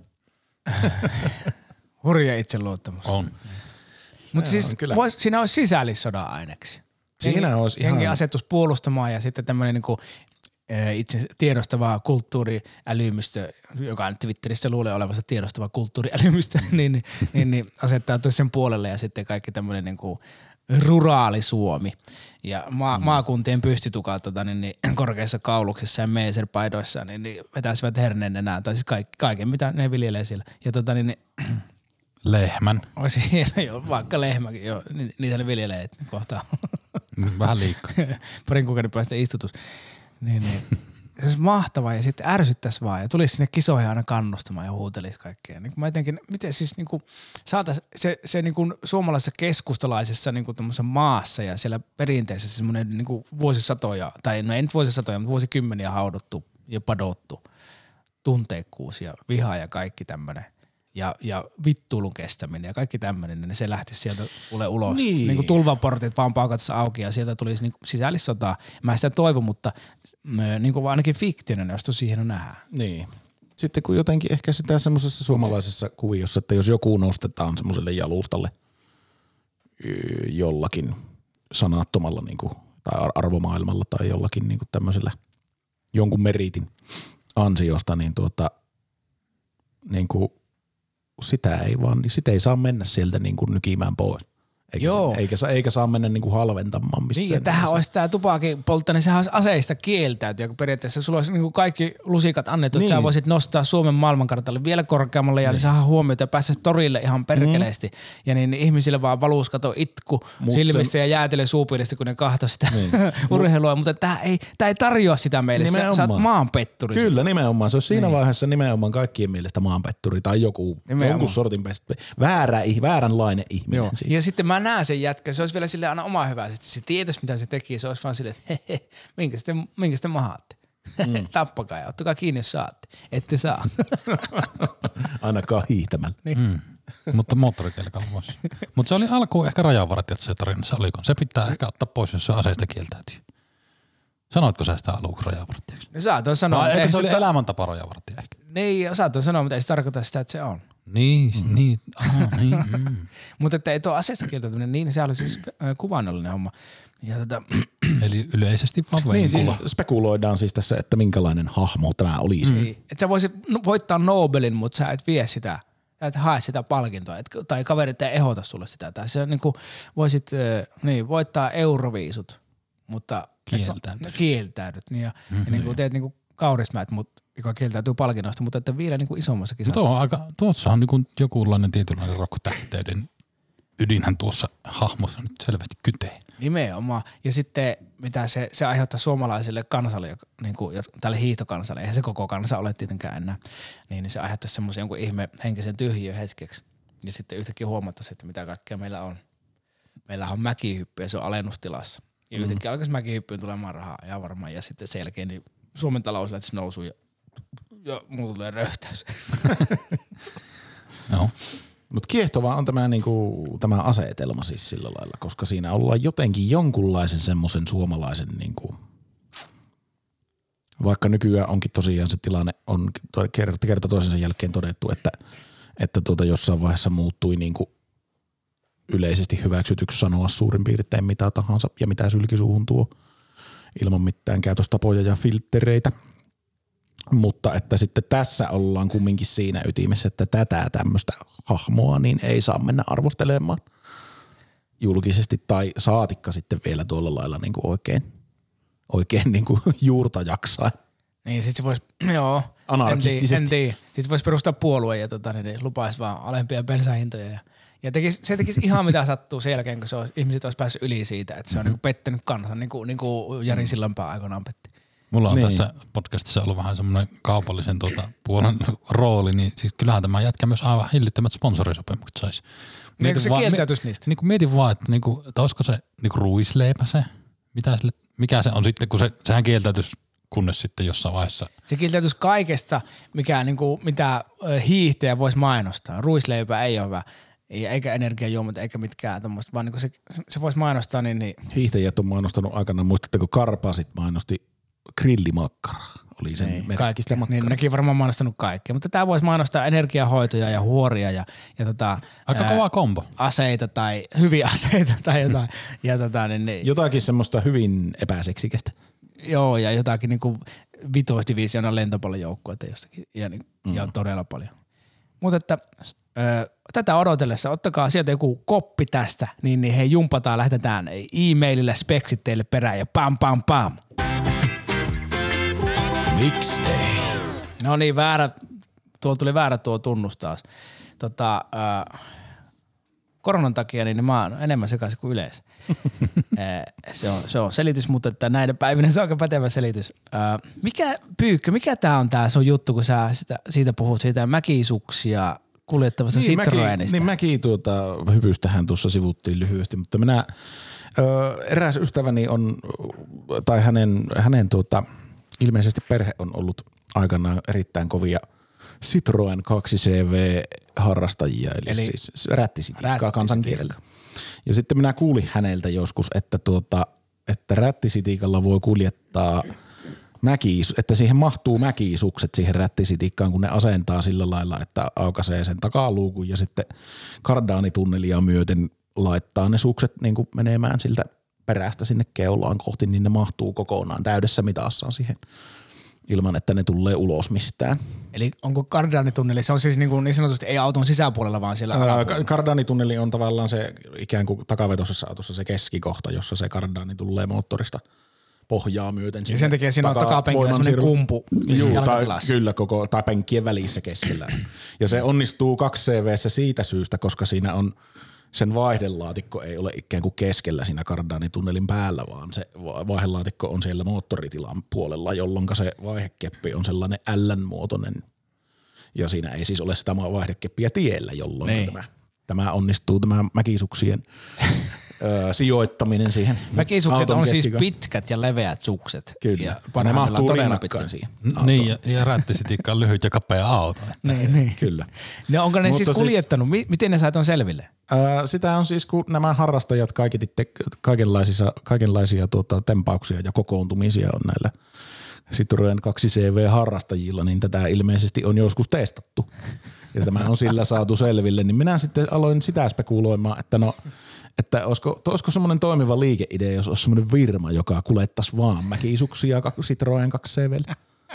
Hurja itseluottamus. On. Mutta siis vois, siinä olisi sisällissodan aineksi. Siinä jengi, olisi ihan... jengi asettus puolustamaan ja sitten tämmöinen niinku, itse tiedostava kulttuuriälymystö, joka nyt Twitterissä luulee olevansa tiedostava kulttuuriälymystö, niin, niin, niin, niin asettautuu sen puolelle ja sitten kaikki tämmöinen niinku ruraali Suomi ja maa, mm. maakuntien pystytukat tota, niin, niin, korkeissa kauluksissa ja meeserpaidoissa niin, niin vetäisivät herneen enää, tai siis kaikki, kaiken mitä ne viljelee siellä. Ja tota niin, niin lehmän. Olisi hieno, joo, vaikka lehmäkin, joo, niitä ne viljelee, että kohtaa. Vähän liikaa. Parin kuukauden päästä istutus. Niin, niin. Se olisi mahtavaa ja sitten ärsyttäisi vaan ja tulisi sinne kisoihin aina kannustamaan ja huutelisi kaikkea. Niin mä jotenkin, miten siis niinku saatais se, se niinku suomalaisessa keskustalaisessa niinku maassa ja siellä perinteisessä semmoinen niinku vuosisatoja, tai no ei nyt vuosisatoja, mutta vuosikymmeniä haudottu ja padottu tunteikkuus ja viha ja kaikki tämmöinen. Ja, ja vittuulun kestäminen ja kaikki tämmöinen, niin se lähtisi sieltä ule ulos. Niin. Niin kuin tulvaportit vaan paukatessa auki ja sieltä tulisi niin sisällissotaa. Mä en sitä toivo, mutta niin kuin ainakin fiktiinen, jos tosi hieno nähdään. Niin. Sitten kun jotenkin ehkä sitä semmoisessa suomalaisessa kuviossa, että jos joku nostetaan semmoiselle jalustalle jollakin sanattomalla niin kuin, tai arvomaailmalla tai jollakin niin kuin tämmöisellä jonkun meritin ansiosta, niin tuota niin kuin sitä ei vaan, niin sitä ei saa mennä sieltä niin kuin nykimään pois. Eikä, Joo. Se, eikä, eikä saa mennä niin kuin halventamaan missään. Niin ja tähän olisi tämä tupakin poltta, niin sehän olisi aseista kieltäytyä, kun periaatteessa sulla olisi niin kuin kaikki lusikat annettu, niin. Että sä voisit nostaa Suomen maailmankartalle vielä korkeammalle ja niin. Saada huomiota ja päästä torille ihan perkeleesti. Mm. Ja niin, niin ihmisille vaan valuus kato itku Mut silmissä se... ja jäätele suupielistä, kun ne kahtoi sitä niin. urheilua, mutta tämä ei, tämä ei tarjoa sitä meille. Nimenomaan. Sä, sä oot maanpetturi. Kyllä, nimenomaan. Se on siinä niin. vaiheessa nimenomaan kaikkien mielestä maanpetturi tai joku, jonkun sortin pesti. Väärä, vääränlainen ihminen. Joo. Siis. Ja sitten mä näen sen jätkä, se olisi vielä sille aina oma hyvä. Sitten se tietäisi, mitä se teki, se olisi vaan silleen, että he, he, minkä te, minkä te mahaatte? Mm. Tappakaa ja ottakaa kiinni, jos saatte. Ette saa. Ainakaan hiihtämällä. Niin. Mm. Mutta moottoritelkalla voisi. Mutta se oli alkuun ehkä rajavartijat se tarinassa, oliko? Se pitää ehkä ottaa pois, jos se aseista kieltäytyy. Sanoitko sä sitä aluksi rajavartijaksi? No saatoin sanoa. No, eikö se oli elämäntapa rajavartija ehkä? Niin, saatoin sanoa, mutta ei se tarkoita sitä, että se on. Niin, mm. niin, aha, niin. Mm. Mutta että ei tuo aseista kieltäytyminen, niin se oli siis kuvainnollinen homma. Ja tota, eli yleisesti vaan niin, siis spekuloidaan siis tässä, että minkälainen hahmo tämä olisi. Mm. Että sä voisit voittaa Nobelin, mutta sä et vie sitä, sä et hae sitä palkintoa, et, tai kaverit ei ehota sulle sitä. Tai sä niin kuin voisit niin, voittaa euroviisut, mutta kieltäydyt. Et, kieltäydyt. Niin, ja, mm-hmm. ja niin kuin teet niin kuin Kaurismäet, mutta joka kieltäytyy palkinnoista, mutta että vielä niin kuin isommassa kisassa. Tuo on aika, tuossa on niin kuin jokinlainen tietynlainen rock-tähteyden ydinhän tuossa hahmossa nyt selvästi kytee. Nimenomaan. Ja sitten mitä se, se aiheuttaa suomalaiselle kansalle, joka, niin kuin, tälle hiihtokansalle, eihän se koko kansa ole tietenkään enää, niin, niin se aiheuttaa semmoisen jonkun ihme henkisen tyhjiön hetkeksi. Ja sitten yhtäkkiä huomattaisiin, että mitä kaikkea meillä on. Meillä on mäkihyppy ja se on alennustilassa. Ja mm. yhtäkkiä alkaisi mäkihyppyyn tulemaan rahaa ihan varmaan. Ja sitten sen jälkeen niin Suomen talous lähtisi nousuun ja, ja mulla tulee röyhtäys. Joo. Mutta kiehtovaa on tämä, niinku, tämä asetelma siis sillä lailla, koska siinä ollaan jotenkin jonkunlaisen semmoisen suomalaisen, niinku, vaikka nykyään onkin tosiaan se tilanne, on kerta, kerta toisensa jälkeen todettu, että, että tuota jossain vaiheessa muuttui niinku yleisesti hyväksytyksi sanoa suurin piirtein mitä tahansa ja mitä sylkisuuhun tuo ilman mitään käytöstapoja ja filttereitä. Mutta että sitten tässä ollaan kumminkin siinä ytimessä, että tätä tämmöistä hahmoa niin ei saa mennä arvostelemaan julkisesti tai saatikka sitten vielä tuolla lailla niin kuin oikein, oikein niin kuin juurta jaksaa. Niin sit se vois, joo. Anarkistisesti. Sitten se vois perustaa puolueen ja tota, niin lupaisi vaan alempia bensahintoja ja Ja tekisi, se tekisi ihan mitä sattuu sen jälkeen, kun se olisi, ihmiset olisi päässyt yli siitä, että se on mm-hmm. niin pettänyt kansan, niin kuin, niin kuin Jari Sillanpää aikoinaan petti. Mulla on niin. tässä podcastissa ollut vähän semmoinen kaupallisen tuota, puolen rooli, niin siis kyllähän tämä jätkä myös aivan hillittömät sponsorisopimukset saisi. Niin se kieltäytyisi niistä? Niin kuin mietin vaan, että, niinku, että olisiko se niinku ruisleipä se, mitä sille, mikä se on sitten, kun se, sehän kieltäytyisi kunnes sitten jossain vaiheessa. Se kieltäytyisi kaikesta, mikä, niin kuin, mitä hiihtäjä voisi mainostaa. Ruisleipä ei ole hyvä, eikä energiajuomat, eikä mitkään tommoista, vaan niin se, se voisi mainostaa. Niin, niin. Hiihtäjät on mainostanut aikanaan, muistatteko Karpasit mainosti grillimakkaraa? Oli sen Niin, merkkistä makkaraa. Niin, nekin varmaan mainostanut kaikkea, mutta tämä voisi mainostaa energiahoitoja ja huoria ja, ja tota, Aika ää, kova kombo. aseita tai hyviä aseita tai jotain. ja tota, niin, niin. Jotakin semmoista hyvin epäseksikästä. Joo, ja jotakin niinku vitoisdivisionan lentopallojoukkueita jostakin, ja, niin, Mm. ja todella paljon. Mutta että ö, tätä odotellessa, ottakaa sieltä joku koppi tästä, niin, niin hei jumpataan, lähetetään e-mailillä speksit teille perään ja pam pam pam. Miksi ei? No niin, väärä, tuolla tuli väärä tuo tunnus taas. Tota, ö, koronan takia niin mä oon enemmän sekaisin kuin yleensä. se, on, se on selitys, mutta että näiden päivinä se on aika pätevä selitys. Ö, mikä, Pyykkö, mikä tää on tää sun juttu, kun sä sitä, siitä puhut, siitä mäkisuksia kuljettavasta Niin, Citroenista? mäkin, niin mäkin tuota, hypystähän tuossa sivuttiin lyhyesti, mutta minä, ö, eräs ystäväni on, tai hänen, hänen tuota, ilmeisesti perhe on ollut aikanaan erittäin kovia Citroen kaksi C V-harrastajia, eli, eli siis rättisitikkaa kansankielellä. Ja sitten minä kuulin häneltä joskus, että, tuota, että rättisitikalla voi kuljettaa mäkis, että siihen mahtuu mäkisukset siihen rättisitikkaan, kun ne asentaa sillä lailla, että aukaisee sen takaluukun ja sitten kardaanitunnelia myöten laittaa ne sukset niin kuin menemään siltä perästä sinne keulaan kohti, niin ne mahtuu kokonaan täydessä mitassaan siihen ilman, että ne tulee ulos mistään. Eli onko kardaanitunneli, se on siis niin, kuin niin sanotusti ei auton sisäpuolella, vaan siellä alapuolella? Kardaanitunneli on tavallaan se ikään kuin takavetoisessa autossa se keskikohta, jossa se kardaani tulee moottorista pohjaa myöten. Ja sen takia siinä on takapenkillä semmoinen kumpu Juu, tai, kyllä, koko, tai penkkien välissä keskellä. Ja se onnistuu kaksi C V:ssä siitä syystä, koska siinä on sen vaihdelaatikko ei ole ikään kuin keskellä siinä kardaanitunnelin päällä, vaan se vaihdelaatikko on siellä moottoritilan puolella, jolloin se vaihekeppi on sellainen L-muotoinen. Ja siinä ei siis ole sitä vaihdekeppiä tiellä, jolloin niin. tämä, tämä onnistuu, tämä mäkisuksien ö, sijoittaminen siihen. Mäkisukset on keskikon. Siis pitkät ja leveät sukset. Kyllä. Ja, ja ne mahtuu rinnakkain siihen. Niin, ja, ja rättisitikka on lyhyt ja kapea auto. Niin, niin. Kyllä. No onko ne Mutta siis kuljettanut? Siis, miten ne sait on selville? Ää, sitä on siis, kun nämä harrastajat kaiketi te, kaikenlaisia, kaikenlaisia tuota, tempauksia ja kokoontumisia on näillä Citroen kaksi C V-harrastajilla, niin tätä ilmeisesti on joskus testattu. Ja tämä on sillä saatu selville, niin minä sitten aloin sitä spekuloimaan, että no, että olisiko, olisiko semmoinen toimiva liikeidea, jos olisi semmoinen firma, joka kuljettaisi vaan mäkisuksia Citroen kaksi C V:lle.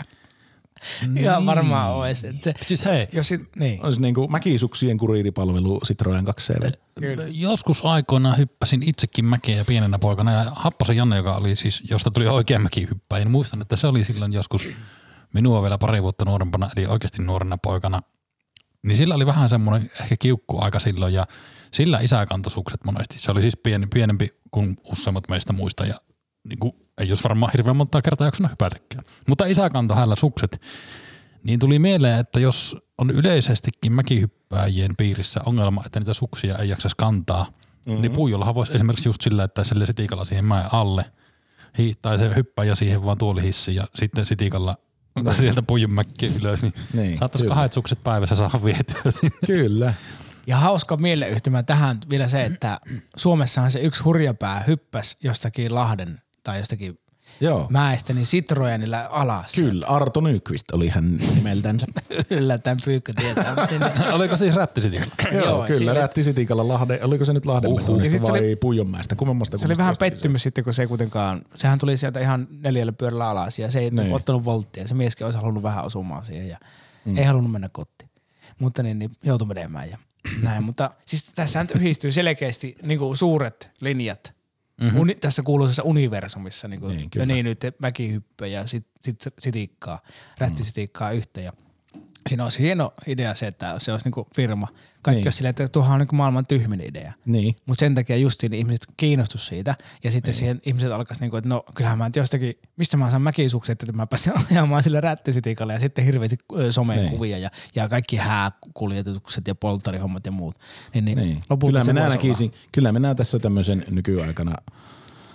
Ihan varmaan olisi. Se, siis hei. Jos sit, niin. Olisi niin kuin mäkisuksien kuriiripalvelu Citroen kaksi C V. Kyllä. Joskus aikoinaan hyppäsin itsekin mäkeä ja pienenä poikana ja Happosen Janne, joka oli siis, josta tuli oikea mäkihyppäjä, niin muistan, että se oli silloin joskus minua vielä pari vuotta nuorempana, eli oikeasti nuorena poikana, niin sillä oli vähän semmoinen ehkä kiukku aika silloin ja sillä isä kantoi sukset monesti. Se oli siis pieni, pienempi kuin useimmat meistä muista ja niin kuin, ei jos varmaan hirveän monta kertaa jaksanut hypätäkään. Mutta isä kantoi hänellä sukset. Niin tuli mieleen, että jos on yleisestikin mäkihyppääjien piirissä ongelma, että niitä suksia ei jaksaisi kantaa, mm-hmm. niin puijollahan voisi esimerkiksi just sillä, että sille sitikalla siihen mäen alle hiihtää se hyppääjä siihen vaan tuolihissiin ja sitten sitikalla sieltä puijon mäkkiä ylös, niin, niin saattaisi kahdet sukset päivässä saada vietyä sinne. Kyllä. Ja hauska mieleyhtymä tähän vielä se, että Suomessahan se yksi hurjapää hyppäsi jostakin Lahden tai jostakin Joo. mäestä, niin Citroenillä alas. Kyllä, Arto Nyqvist oli hän nimeltänsä. Yllättäen Pyykkö tietää. Oliko siis rättisitikalla? Joo, kyllä, siinä rättisitikalla Lahden, oliko se nyt Lahden uh, betonista vai oli, Puijonmäestä? Kummemmasta se oli vähän pettymys sitten, kun se ei kuitenkaan, sehän tuli sieltä ihan neljällä pyörällä alas ja se ei niin. ottanut volttia. Se mieskin olisi halunnut vähän osumaan siihen ja mm. ei halunnut mennä kotiin. Mutta niin, niin joutui menemään ja näin. Mutta siis tässä yhdistyy selkeästi niin kuin suuret linjat. Mm-hmm. Uni, tässä kuuluisessa universumissa, niin kuin niin, niin nyt mäkihyppä ja sit, sit, sitikkaa, rättisitikkaa mm. yhteen. Ja siinä olisi hieno idea se, että se olisi niin kuin firma. Kaikki niin. olisi silleen, että tuohan on niin kuin maailman tyhmin idea. Niin. Mutta sen takia justiin niin ihmiset kiinnostus siitä. Ja sitten niin. siihen ihmiset alkaisi niin kuin, että no kyllähän mä jostakin, mistä mä saan mäkisukset, että mä pääsen ajamaan sillä rättisitikalla. Ja sitten hirveästi somekuvia niin. ja, ja kaikki hääkuljetukset ja polttarihommat ja muut. Niin, niin, niin. Kyllä minä näkisin, kyllä minä tässä tämmöisen nykyaikana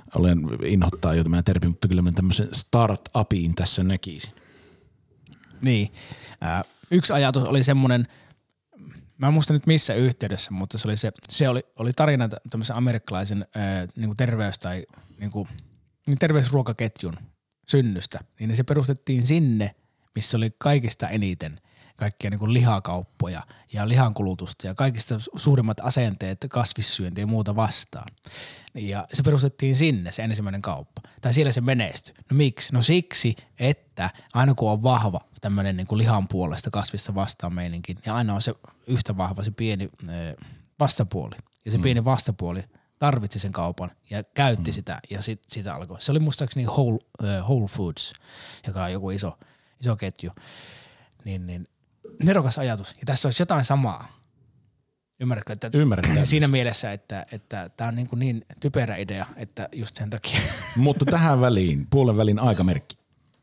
olen inhottaa jo tämä termi, mutta kyllä mä tämmöisen start-upiin tässä näkisin. Niin. Äh, yksi ajatus oli semmoinen, mä en muista nyt missä yhteydessä, mutta se oli, se, se oli, oli tarina tämmöisen amerikkalaisen äh, niin kuin terveys- tai niin kuin, niin terveysruokaketjun synnystä. Niin se perustettiin sinne, missä oli kaikista eniten kaikkia niin kuin lihakauppoja ja lihankulutusta ja kaikista suurimmat asenteet kasvissyöntiä ja muuta vastaan. Ja se perustettiin sinne, se ensimmäinen kauppa. Tai siellä se menestyi. No miksi? No siksi, että aina kun on vahva tämmöinen niin kuin lihan puolesta kasvista vastaan meininki, niin aina on se yhtä vahva se pieni vastapuoli. Ja se mm. pieni vastapuoli tarvitsi sen kaupan ja käytti mm. sitä ja sit, sitä alkoi. Se oli muistaakseni Whole, uh, Whole Foods, joka on joku iso, iso ketju. Niin, niin nerokas ajatus. Ja tässä olisi jotain samaa. Ymmärrätkö? Että Ymmärrän. Siinä mielessä, että että tämä on niin, kuin niin typerä idea, että just sen takia. Mutta tähän väliin, puolen välin aikamerkki.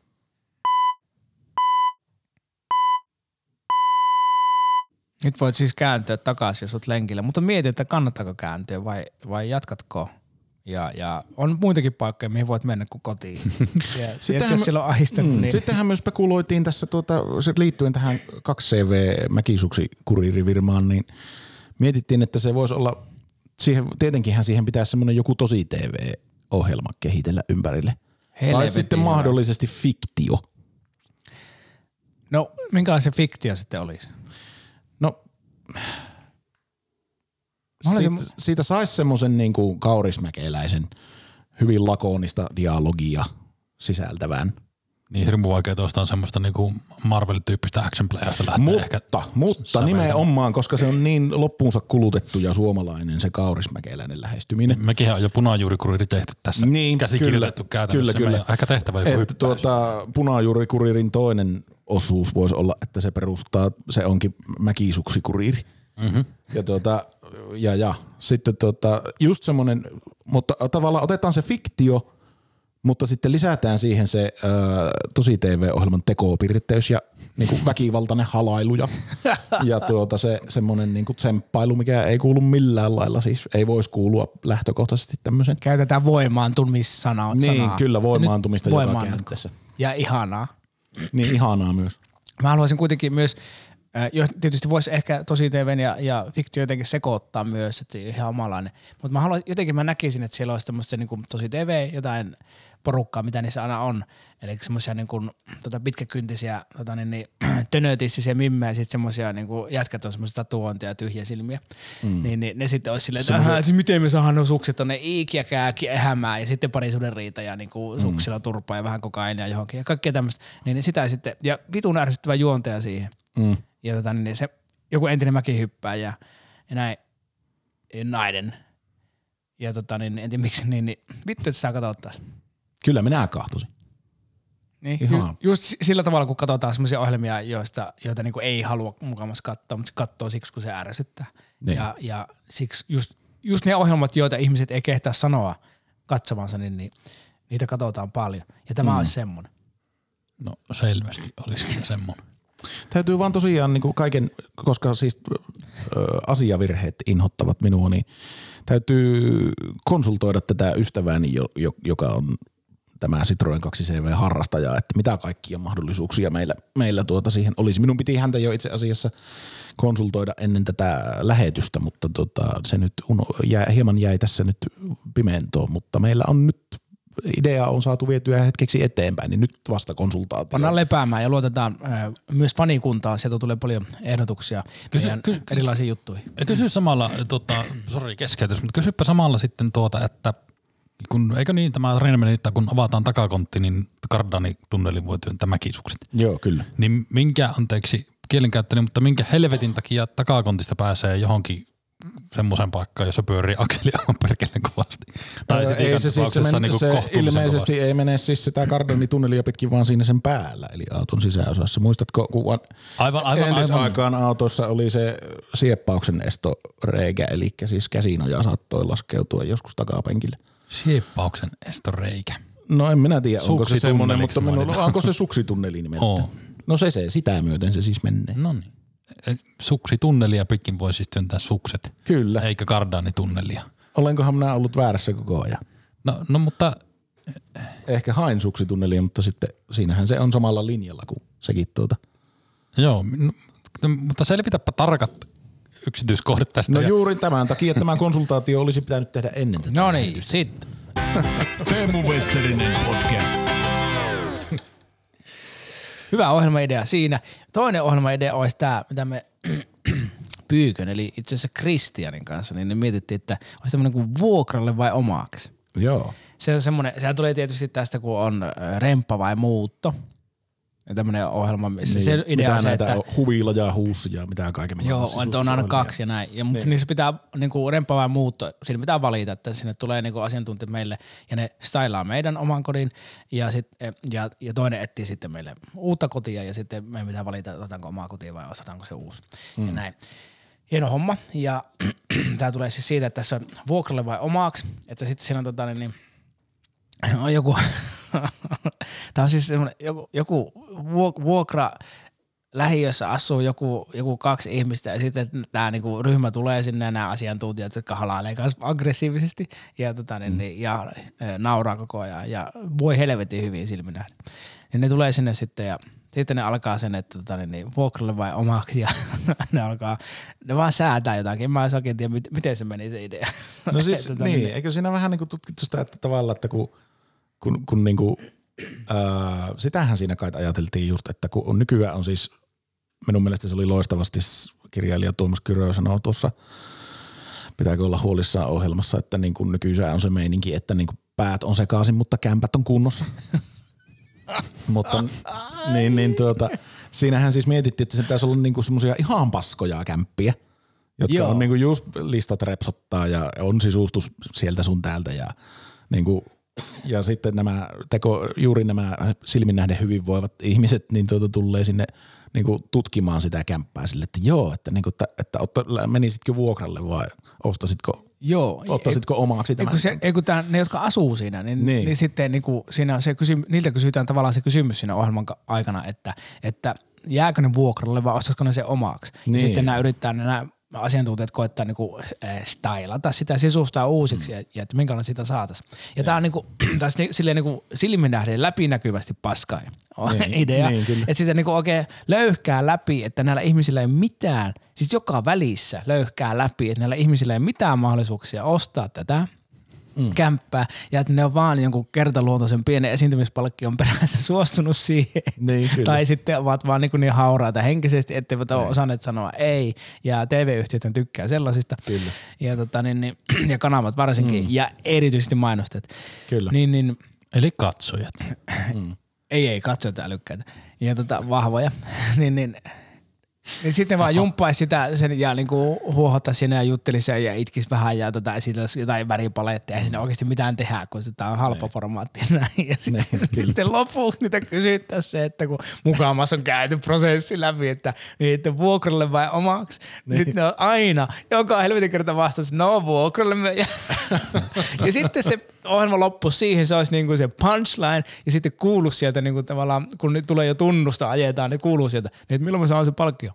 Nyt voit siis kääntyä takaisin, jos olet lenkillä, mutta mieti, että kannattaako kääntyä vai, vai jatkatko? Ja, ja on muitakin paikkoja, mihin voit mennä kuin kotiin. Ja, ja jos siellä on ahistanut, mm, niin... Sittenhän myös spekuloitiin tässä tuota, liittyen tähän kaksi C V-mäkisuksi-kuriirivirmaan, niin mietittiin, että se voisi olla, siihen, tietenkinhän siihen pitäisi semmoinen joku tosi T V-ohjelma kehitellä ympärille. Helvetin tai sitten hyvä. Mahdollisesti fiktio. No, minkälainen se fiktio sitten olisi? No, siitä, siitä saisi semmoisen niin kuin kaurismäkeläisen hyvin lakonista dialogia sisältävän. Niin hirmu vaikea tuosta on semmoista niinku Marvel-tyyppistä action-playasta lähteä mutta, ehkä. Mutta nimenomaan, koska se on niin loppuunsa kulutettu ja suomalainen se kaurismäkeläinen lähestyminen. Mekin on jo punajuurikuriiri tehty tässä. Niin, käsikirjoitettu käytännössä. Kyllä, kyllä. Ehkä tehtävä joku hyppäys. Tuota, punajuurikuriirin toinen osuus voisi olla, että se perustaa, se onkin mäkisuksikuriiri. Mm-hmm. Ja tuota, ja, ja sitten tuota, just semmoinen, mutta tavallaan otetaan se fiktio, mutta sitten lisätään siihen se äh, tosi T V-ohjelman tekopirteys ja niinku väkivaltainen halailu ja, ja tuota, se semmoinen niinku tsemppailu, mikä ei kuulu millään lailla, siis ei voisi kuulua lähtökohtaisesti tämmöisen. Käytetään voimaantumissanaa. Niin, sanaa. kyllä voimaantumista joka voimaan, käänteessä. Ja ihanaa. Niin, ihanaa myös. Mä haluaisin kuitenkin myös, äh, tietysti voisi ehkä tosi T V:n ja, ja fiktio jotenkin sekoittaa myös, että ihan omalainen. Mutta mä haluan, jotenkin mä näkisin, että siellä olisi tämmöistä niin kuin tosi T V, jotain porukkaa, mitä niissä aina on. Eli semmoisia niin kuin tota pitkäkyntisiä, tota niin, niin, tönötissisiä mimmejä ja sitten semmoisia niin kuin jätkät on semmoisia tatuointia ja tyhjiä silmiä. Mm. Niin, niin ne sitten olisi silleen, että Semmoinen... siis miten me saadaan nuo sukset tonne iikiä kääki ehämään ja sitten parisuuden riita ja niin kuin mm. suksilla turpaa ja vähän kokainia johonkin ja kaikkea tämmöistä. Niin, niin sitä sitten, ja vitun ärsyttävä juontaja siihen. Mm. Ja tota niin se joku entinen mäkihyppää ja, ja näin naiden. Ja tota niin, en tiedä miksi, niin, niin vittu, että saa katsoa taas. Kyllä minä kahtusin. Niin, ju, just sillä tavalla, kun katsotaan semmoisia ohjelmia, joista, joita niinku ei halua mukamassa katsoa, mutta se katsoo siksi, kun se ärsyttää. Niin. Ja, ja siksi just, just ne ohjelmat, joita ihmiset ei kehtaa sanoa katsovansa, niin, niin niitä katsotaan paljon. Ja tämä mm. olisi semmoinen. No selvästi olisi kyllä semmoinen. Täytyy vaan tosiaan niin kuin kaiken, koska siis ö, asiavirheet inhottavat minua, niin täytyy konsultoida tätä ystävääni, jo, jo, joka on tämä Citroen kaksi C V-harrastaja, että mitä kaikkia mahdollisuuksia meillä, meillä tuota siihen olisi. Minun piti häntä jo itse asiassa konsultoida ennen tätä lähetystä, mutta tota, se nyt uno, jää, hieman jäi tässä nyt pimentoon, mutta meillä on nyt idea on saatu vietyä hetkeksi eteenpäin, niin nyt vasta konsultaatio. Pannaan lepäämään ja luotetaan äh, myös fanikuntaan. Sieltä tulee paljon ehdotuksia kysy, ky, erilaisiin juttuihin. Kysy samalla, tota, sori keskeytys, mutta kysypä samalla sitten tuota, että kun, eikö niin tämä tarina meni, että kun avataan takakontti, niin Kardani-tunnelin voi työntää mäkisukset. Joo, kyllä. Niin minkä, anteeksi kielenkäyttäni, mutta minkä helvetin takia takakontista pääsee johonkin semmoisen paikkaan, jossa pyörii akseli aivan perkeleen kovasti. Tai sitten ei se siis se, men, niinku se ilmeisesti kovasti. Ei mene siis sitä Kardani-tunnelia pitkin, vaan siinä sen päällä, eli auton sisäosassa. Muistatko, kun aivan, aivan, entisaikaan aivan. autossa oli se sieppauksen estoreikä, eli siis käsinoja saattoi laskeutua joskus takapenkille. Sieppauksen estoreikä. No en minä tiedä, onko se semmoinen, mutta minulla onko se suksitunneli nimeltä. Oh. No se se, sitä myöten se siis menee. No niin. Suksitunnelia pitkin voi siis työntää sukset. Kyllä. Eikä Kardani-tunnelia. Olenkohan minä ollut väärässä koko ajan? No, no mutta... Ehkä hain suksitunnelia, mutta sitten siinähän se on samalla linjalla kuin sekin tuota. Joo, no, mutta selvitäpä tarkat yksityiskohdat tästä. No ja... juuri tämän takia tämä konsultaatio olisi pitänyt tehdä ennen tätä. No niin, sitten. Teemu Westerinen podcast. Hyvä ohjelmaidea siinä. Toinen ohjelmaidea olisi tämä, mitä me Pyykön, eli itse asiassa Kristianin kanssa, niin ne mietittiin, että olisi tämmöinen kuin vuokralle vai omaksi. Joo. Se on semmoinen, sehän tulee tietysti tästä, kun on remppa vai muutto. Ja tämmöinen ohjelma, missä niin, se idea on se, että... huvila ja huussi ja mitä kaiken. Joo, on, on aina kaksi ja näin. Ja, mutta niin. Niissä pitää, niinku remppa vai muutto, siinä pitää valita, että sinne tulee niinku asiantuntijat meille ja ne stylaa meidän oman kodin ja, sit, ja, ja toinen etsii sitten meille uutta kotia ja sitten meidän pitää valita, otetaanko omaa kotia vai ostetaanko se uusi. Mm. Ja näin. Hieno homma ja tää tulee siis siitä, että tässä on vuokralle vai omaksi, että sitten siinä on tota niin, on joku, tää on siis semmoinen joku, joku vuokra lähiössä asuu joku, joku kaksi ihmistä ja sitten tämä niinku ryhmä tulee sinne ja nämä asiantuntijat, jotka halailee kanssa aggressiivisesti ja, tota, niin, mm. ja e, nauraa koko ajan ja voi helvetin hyvin silmin nähdä. Ja ne tulee sinne sitten ja sitten ne alkaa sen, että tota, niin, niin, vuokralle vai omaksi ja ne alkaa, ne vaan säätää jotakin. Mä en oikein tiedä, miten se meni se idea. No siis tota, niin, eikö siinä vähän niinku tutkittu sitä, että tavallaan, että kun, kun, kun niinku, ää, sitähän siinä kai ajateltiin just, että kun nykyään on siis, minun mielestä se oli loistavasti kirjailija Tuomas Kyrö sanoo tuossa, pitääkö olla huolissaan ohjelmassa, että niin kuin nykyään on se meininki, että niin kuin päät on sekaisin, mutta kämpät on kunnossa. Mutta niin, niin tuota, siinähän siis mietittiin, että se pitäisi olla niinku semmoisia ihan paskoja kämppiä, jotka Joo. on niinku just listat repsottaa ja on sisustus sieltä sun täältä ja niinku, ja sitten nämä teko, juuri nämä silmin nähden hyvinvoivat ihmiset niin tuota tulee sinne niinku tutkimaan sitä kämppää sille, että joo, että, niinku, että, että otta, menisitkö vuokralle vai ostasitko, joo, ottasitko ei, omaksi tämän? Ei kun, se, ei kun tämän, ne, jotka asuu siinä, niin, niin. niin sitten niin kuin siinä se kysy, niiltä kysytään tavallaan se kysymys siinä ohjelman aikana, että, että jääkö ne vuokralle vai ostaisiko ne se omaksi. Niin. Ja sitten nämä yrittää, nämä asiantuntijat koettaa niinku stylata sitä, sisustaa uusiksi mm. ja, ja että minkälainen sitä saataisiin. Ja, ja. Tämä on niinku, taas silleen niinku silmin nähden läpinäkyvästi paskaa niin, idea. Niin, että sitä niinku oikein löyhkää läpi, että näillä ihmisillä ei mitään, siis joka välissä löyhkää läpi, että näillä ihmisillä ei mitään mahdollisuuksia ostaa tätä mm. kämppää ja että ne on vaan jonkun kertaluontoisen pienen esiintymispalkkion perässä suostunut siihen. Niin, tai sitten ovat vaan niin, niin hauraita henkisesti, etteivät ole osanneet sanoa ei. Ja T V-yhtiöt tykkää sellaisista. Kyllä. Ja, tota, niin, niin, ja kanavat varsinkin mm. ja erityisesti mainostet. Kyllä. Niin, niin, eli katsojat. Mm. Ei, ei, katsojat älykkäitä. Ja tota, vahvoja. niin, niin, niin sitten vaan jumppaisi sitä sen ja niinku huohottaisi siinä ja juttelisi ja itkisi vähän ja tota, esitelisi jotain väripaletteja. Ei siinä oikeasti mitään tehdä, kun sitä on halpa formaatti. Ja sitten, sitten lopuksi niitä kysyttäisiin se, että kun mukaamassa on käyty prosessi läpi, että niiden vuokralle vai omaksi. Niin. Sitten ne on aina, joka helvetin kerta vastasi, no vuokralle me. Ja, ja sitten se ohjelma loppuisi siihen, se olisi niinku se punchline ja sitten kuuluu sieltä niinku tavallaan, kun nyt tulee jo tunnusta ajetaan, niin kuuluu sieltä, niin että milloin me saan se palkkio?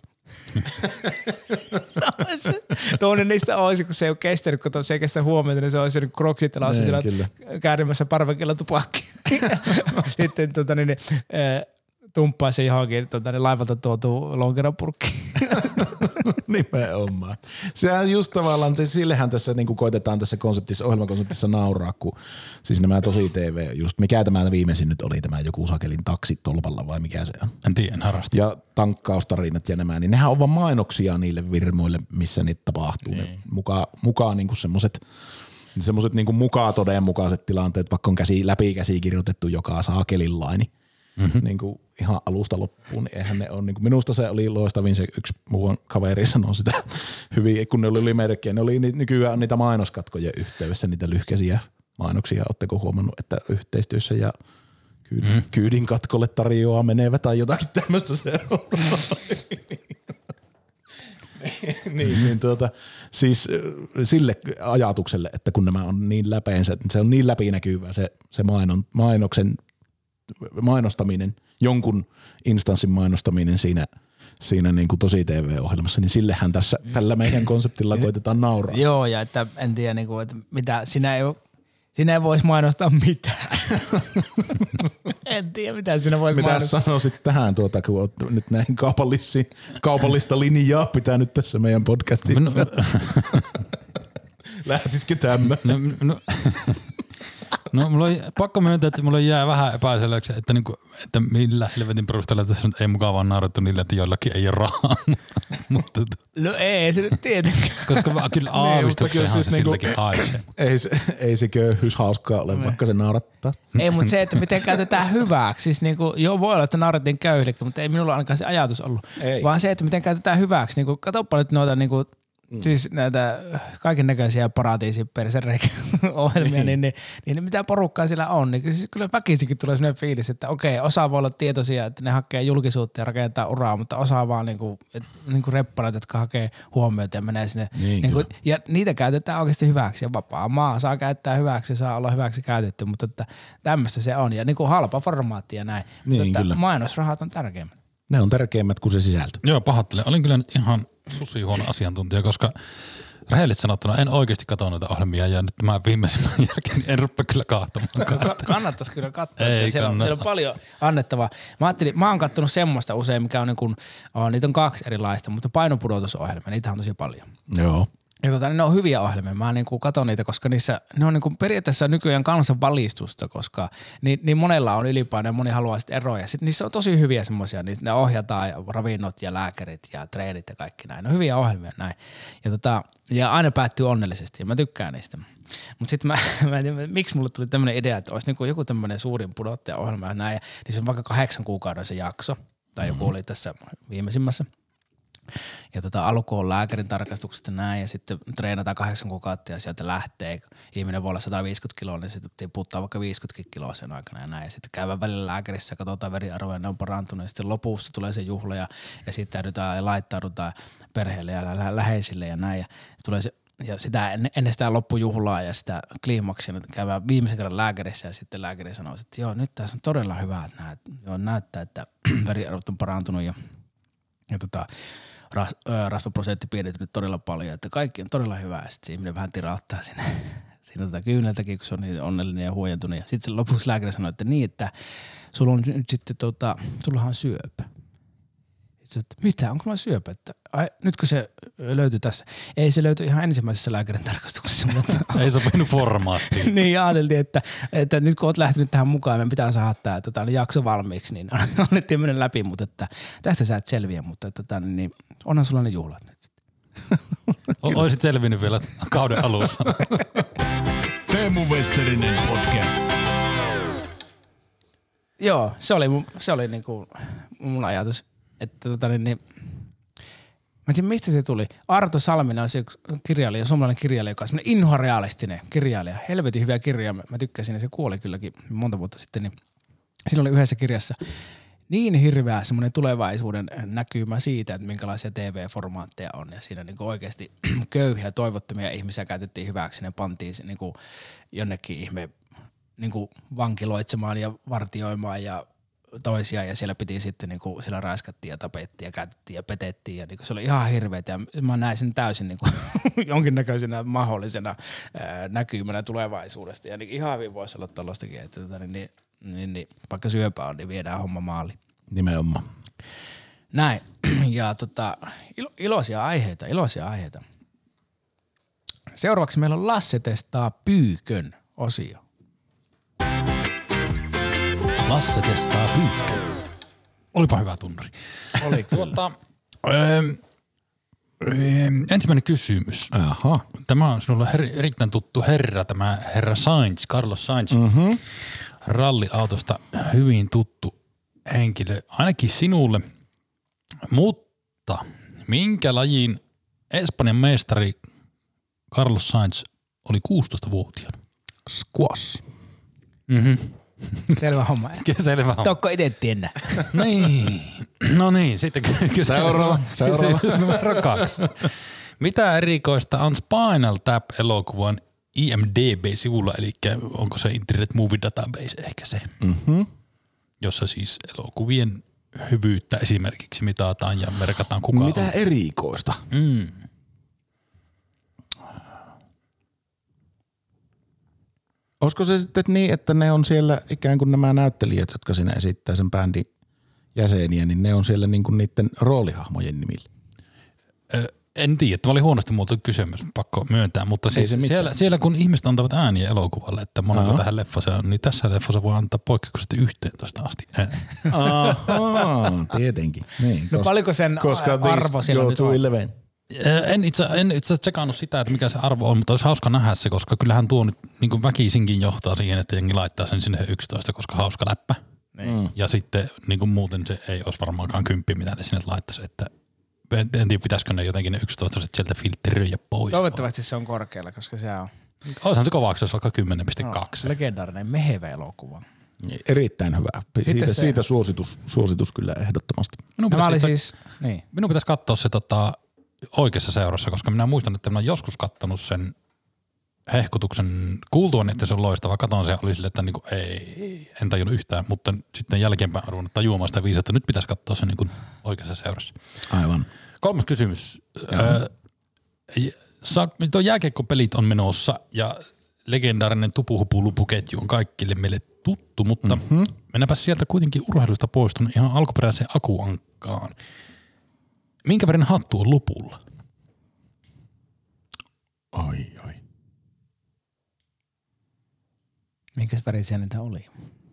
Toinen niistä olisi, kun se ei ole kestänyt, kun se ei kestä huomiota, niin se olisi niin kroksit ja lausi siellä käärimässä parvekilla tupakki. Sitten tota, niin, tumppaa se johonkin tota, niin laivalta tuotu lonkeropurkki. Nimenomaan. Sehän just tavallaan, sillehän tässä niin kuin koitetaan tässä konseptissa, ohjelmakonseptissa nauraa, kun siis nämä tosi T V, just mikä tämä viimeisin nyt oli, tämä joku Sakelin taksi tolpalla vai mikä se on? En tiedä, en harrasta. Ja tankkaustarinat ja nämä, niin nehän on vaan mainoksia niille firmoille, missä niitä tapahtuu. Niin. Ne mukaan, mukaan niin kuin semmoiset semmoiset niin kuin mukaan todenmukaiset tilanteet, vaikka on käsi, läpi käsi kirjoitettu joka Sakelin laini. Mm-hmm. Niin kuin ihan alusta loppuun, niin eihän ne ole, niin kuin minusta se oli loistavin, se yksi muu kaveri sanoi sitä hyvin, kun ne oli merkkejä, ne oli nykyään niitä mainoskatkojen yhteydessä, niitä lyhkäisiä mainoksia, ootteko huomannut, että yhteistyössä ja kyydin, mm. kyydin katkolle tarjoaa menevä tai jotakin tämmöistä se on. niin, niin tuota, siis sille ajatukselle, että kun nämä on niin läpeensä, se on niin läpinäkyvää se, se mainon, mainoksen mainostaminen, jonkun instanssin mainostaminen siinä, siinä niin kuin tosi T V-ohjelmassa, niin sillehän tässä tällä meidän konseptilla koitetaan nauraa. Joo, ja että en tiedä, niin kuin, että mitä, siinä ei ole, Siinä ei voisi mainostaa mitään. En tiedä, mitä siinä voisi Mitä mainostaa. sanoisit tähän, tuota, kun olet nyt näihin kaupallisiin, kaupallista linjaa pitänyt tässä meidän podcastissa? No, Lähtisikö tämä? no, no, no mulla on pakko myöntää, että mulla jää vähän epäselväksi, että, niinku, että millä helvetin perusteella tässä nyt ei mukaan vaan naurattu niillä, että joillakin ei ole rahaa. mutta, No ei se nyt tietenkään. koska mä kyllä aavistuksenhan siis se niinku- siltäkin haisee. Ei, se- ei se köyhyys hauskaa ole, vaikka se naurattaa. Ei, mutta se, että miten käytetään hyväksi. Siis niinku, joo, voi olla, että naurettiin köyhillekin, mutta ei minulla ainakaan se ajatus ollut. Ei. Vaan se, että miten käytetään hyväksi. Niinku, katsoppa nyt noita niinku, mm. siis näitä kaiken näköisiä paratiisin ohjelmia, niin, niin, niin, mitä porukkaa siellä on. Niin, siis kyllä väkisikin tulee sellainen fiilis, että okei, osa voi olla tietoisia, että ne hakee julkisuutta ja rakentaa uraa, mutta osa vaan niinku, et, niinku reppareita, jotka hakee huomiota ja menee sinne. Niin, niinku, ja niitä käytetään oikeasti hyväksi ja vapaa maa saa käyttää hyväksi ja saa olla hyväksi käytetty, mutta että tämmöistä se on. Ja niinku halpa formaatti ja näin. Niin, mutta että kyllä. mainosrahat on tärkeimmät. Ne on tärkeimmät kuin se sisältö. Joo, pahoittelen. Olin kyllä nyt ihan susihuono asiantuntija, koska rehellisesti sanottuna en oikeasti katso noita ohjelmia ja nyt tämän viimeisimmän jälkeen niin en rupea kyllä kahtomaan. Ka- Kannattaisi kyllä katsoa. Ei että siellä, on, kannata. siellä on paljon annettavaa. Mä ajattelin, mä oon kattonut semmoista usein, mikä on niin kuin, oh, niitä on kaksi erilaista, mutta painopudotusohjelmia, niitä on tosi paljon. Joo. Ja tota, ne on hyviä ohjelmia. Mä niin kuin katon niitä, koska niissä, ne on niin kuin periaatteessa nykyään kansan valistusta, koska niin, niin monella on ylipaino ja moni haluaa sitten eroja. Sitten niissä on tosi hyviä semmoisia, niin ne ohjataan ja ravinnot ja lääkärit ja treenit ja kaikki näin. Ne on hyviä ohjelmia näin. Ja, tota, ja aina päättyy onnellisesti ja mä tykkään niistä. Mutta sitten mä, mä en tiedä, miksi mulle tuli tämmöinen idea, että olisi niinku joku tämmöinen suurin pudottaja-ohjelma ja näin. Ja, niin se on vaikka kahdeksan kuukauden se jakso, tai joku oli tässä viimeisimmässä. Ja tota, alku on lääkärin tarkastuksesta näin ja sitten treenataan kahdeksan kuukautta ja sieltä lähtee. Ihminen voi olla sata viisikymmentä kiloa, niin sitten tiputtaa vaikka viisikymmentä kiloa sen aikana ja näin. Ja sitten käydään välillä lääkärissä ja katsotaan veriarvoja, ne on parantunut. Ja sitten lopussa tulee se juhla ja, ja sitten täydytään ja laittaudutaan perheelle ja lä- läheisille ja näin. Ja, tulee se, ja sitä ennen, ennen sitä loppujuhlaa ja sitä kliimaksia niin käydään viimeisen kerran lääkärissä ja sitten lääkäri sanoo, että joo, nyt tässä on todella hyvä, että näet, joo, näyttää, että veriarvot on parantunut ja, ja tota, ras, ö, rasvaprosentti pienentynyt todella paljon, että kaikki on todella hyvää. Sitten se ihminen vähän tirauttaa sinne, siinä tota kyyneltäkin, kun se on niin onnellinen ja huojentunut. Ja sitten lopuksi lääkäri sanoi, että niin, että sulla on nyt sitten, tota, sullahan on syöpä. Sitten, että mitä, onko mulla syöpä? Että, ai, nytkö se löytyi tässä? Ei se löytyi ihan ensimmäisessä lääkärin tarkastuksessa. Mutta Ei sopinut formaattiin. niin ja ajateltiin, että, että nyt kun olet lähtenyt tähän mukaan, meidän pitää saada tämä tota, jakso valmiiksi, niin annettiin mennä läpi, mutta että, tästä sä et selviä, mutta tota, niin, onhan sulla ne juhlat nyt. O- Oisit selvinnyt vielä kauden alussa. Teemu Westerinen podcast. Joo, se oli, mun- se oli niinku mun ajatus, että tota, niin, niin, mä en tiedä, mistä se tuli. Arto Salminen on se yksi kirjailija, suomalainen kirjailija, joka on semmoinen inhorealistinen kirjailija. Helvetin hyvä kirja, mä, mä tykkäsin ja se kuoli kylläkin monta vuotta sitten. Niin siinä oli yhdessä kirjassa niin hirveä semmoinen tulevaisuuden näkymä siitä, että minkälaisia T V-formaatteja on. Ja siinä niinku oikeasti köyhiä, toivottomia ihmisiä käytettiin hyväksi. Ne pantiin niinku jonnekin ihme niinku vankiloitsemaan ja vartioimaan ja toisia ja siellä piti sitten niinku, siellä raiskattiin ja tapettiin ja käytettiin ja petettiin ja niinku, se oli ihan hirveetä ja mä näin sen täysin niinku, jonkinnäköisenä mahdollisena ää, näkymänä tulevaisuudesta ja niinku, ihan hyvin voisi olla tollastakin, että tota, niin, niin, niin, niin, vaikka syöpä on, niin viedään homma maaliin. Nimenomaan. Näin ja tota, ilo, iloisia aiheita, iloisia aiheita. Seuraavaksi meillä on Lasse testaa pyykön osio. Lasse testaa pyykköä. Olipa hyvä tunnari. Oli kyllä. Tuota, öö, öö, ensimmäinen kysymys. Aha. Tämä on sinulle her- erittäin tuttu herra, tämä herra Sainz, Carlos Sainz. Mm-hmm. Ralliautosta hyvin tuttu henkilö, ainakin sinulle. Mutta minkä lajin Espanjan mestari Carlos Sainz oli kuusitoistavuotiaana? Squash. Mhm. Selvä homma. Selvä on. Tokko itse tiennä. Niin. No niin, sitten kysymys, Seuraava, seuraava. kysymys numero kaksi. Mitä erikoista on Spinal Tap-elokuvan I M D B-sivulla, eli onko se Internet Movie Database ehkä se, Mm-hmm. jossa siis elokuvien hyvyyttä esimerkiksi mitataan ja merkataan kuka Mitä on. erikoista? Mm. Olisiko se sitten niin, että ne on siellä ikään kuin nämä näyttelijät, jotka siinä esittää sen bändin jäseniä, niin ne on siellä niin kuin niiden roolihahmojen nimillä? Ö, en tiedä, että mä olin huonosti muotoiltu kysymys, pakko myöntää, mutta siis siellä, siellä kun ihmiset antavat ääniä elokuvalle, että monella tähän leffassa on, niin tässä leffassa voi antaa poikkeuksellisesti yhteentoista asti ääniä. Ahaa, tietenkin. Niin, no paljonko sen koska arvo siellä nyt on? eleven. En itse, en itse asiassa tsekannut sitä, että mikä se arvo on, mutta olisi hauska nähdä se, koska kyllähän tuo nyt niin kuin väkisinkin johtaa siihen, että jengi laittaa sen sinne yksitoista, koska hauska läppä. Mm. Ja sitten niin kuin muuten se ei olisi varmaankaan kymppi, mitä ne sinne laittaisi, että en tiedä, pitäisikö ne jotenkin ne yksitoista sieltä filtteröidä pois. Toivottavasti se on korkealla, koska se on... Olisihan se kovaksi, jos vaikka kymmenen pilkku kaksi. No, legendaarinen mehevä elokuva. Erittäin hyvä. Siitä, se... siitä suositus, suositus kyllä ehdottomasti. Minun pitäisi, oli itse, siis, niin. minun pitäisi katsoa se tota, oikeassa seurassa, koska minä muistan, että minä olen joskus kattonut sen hehkutuksen kuultuaan, että se on loistava. Katon se oli silleen, että niinku, ei, en tajunnut yhtään, mutta sitten jälkeenpäin arvon tajuamaan sitä viisi, että nyt pitäisi katsoa se niinku oikeassa seurassa. Aivan. Kolmas kysymys. Öö, tuo jääkiekkopelit on menossa ja legendaarinen tupuhupulupuketju on kaikille meille tuttu, mutta mm-hmm. mennäänpä sieltä kuitenkin urheilusta poistun ihan alkuperäiseen Akuankkaan. Minkä värinen hattu on lupulla? Ai, ai. Minkäs värisiä niitä oli?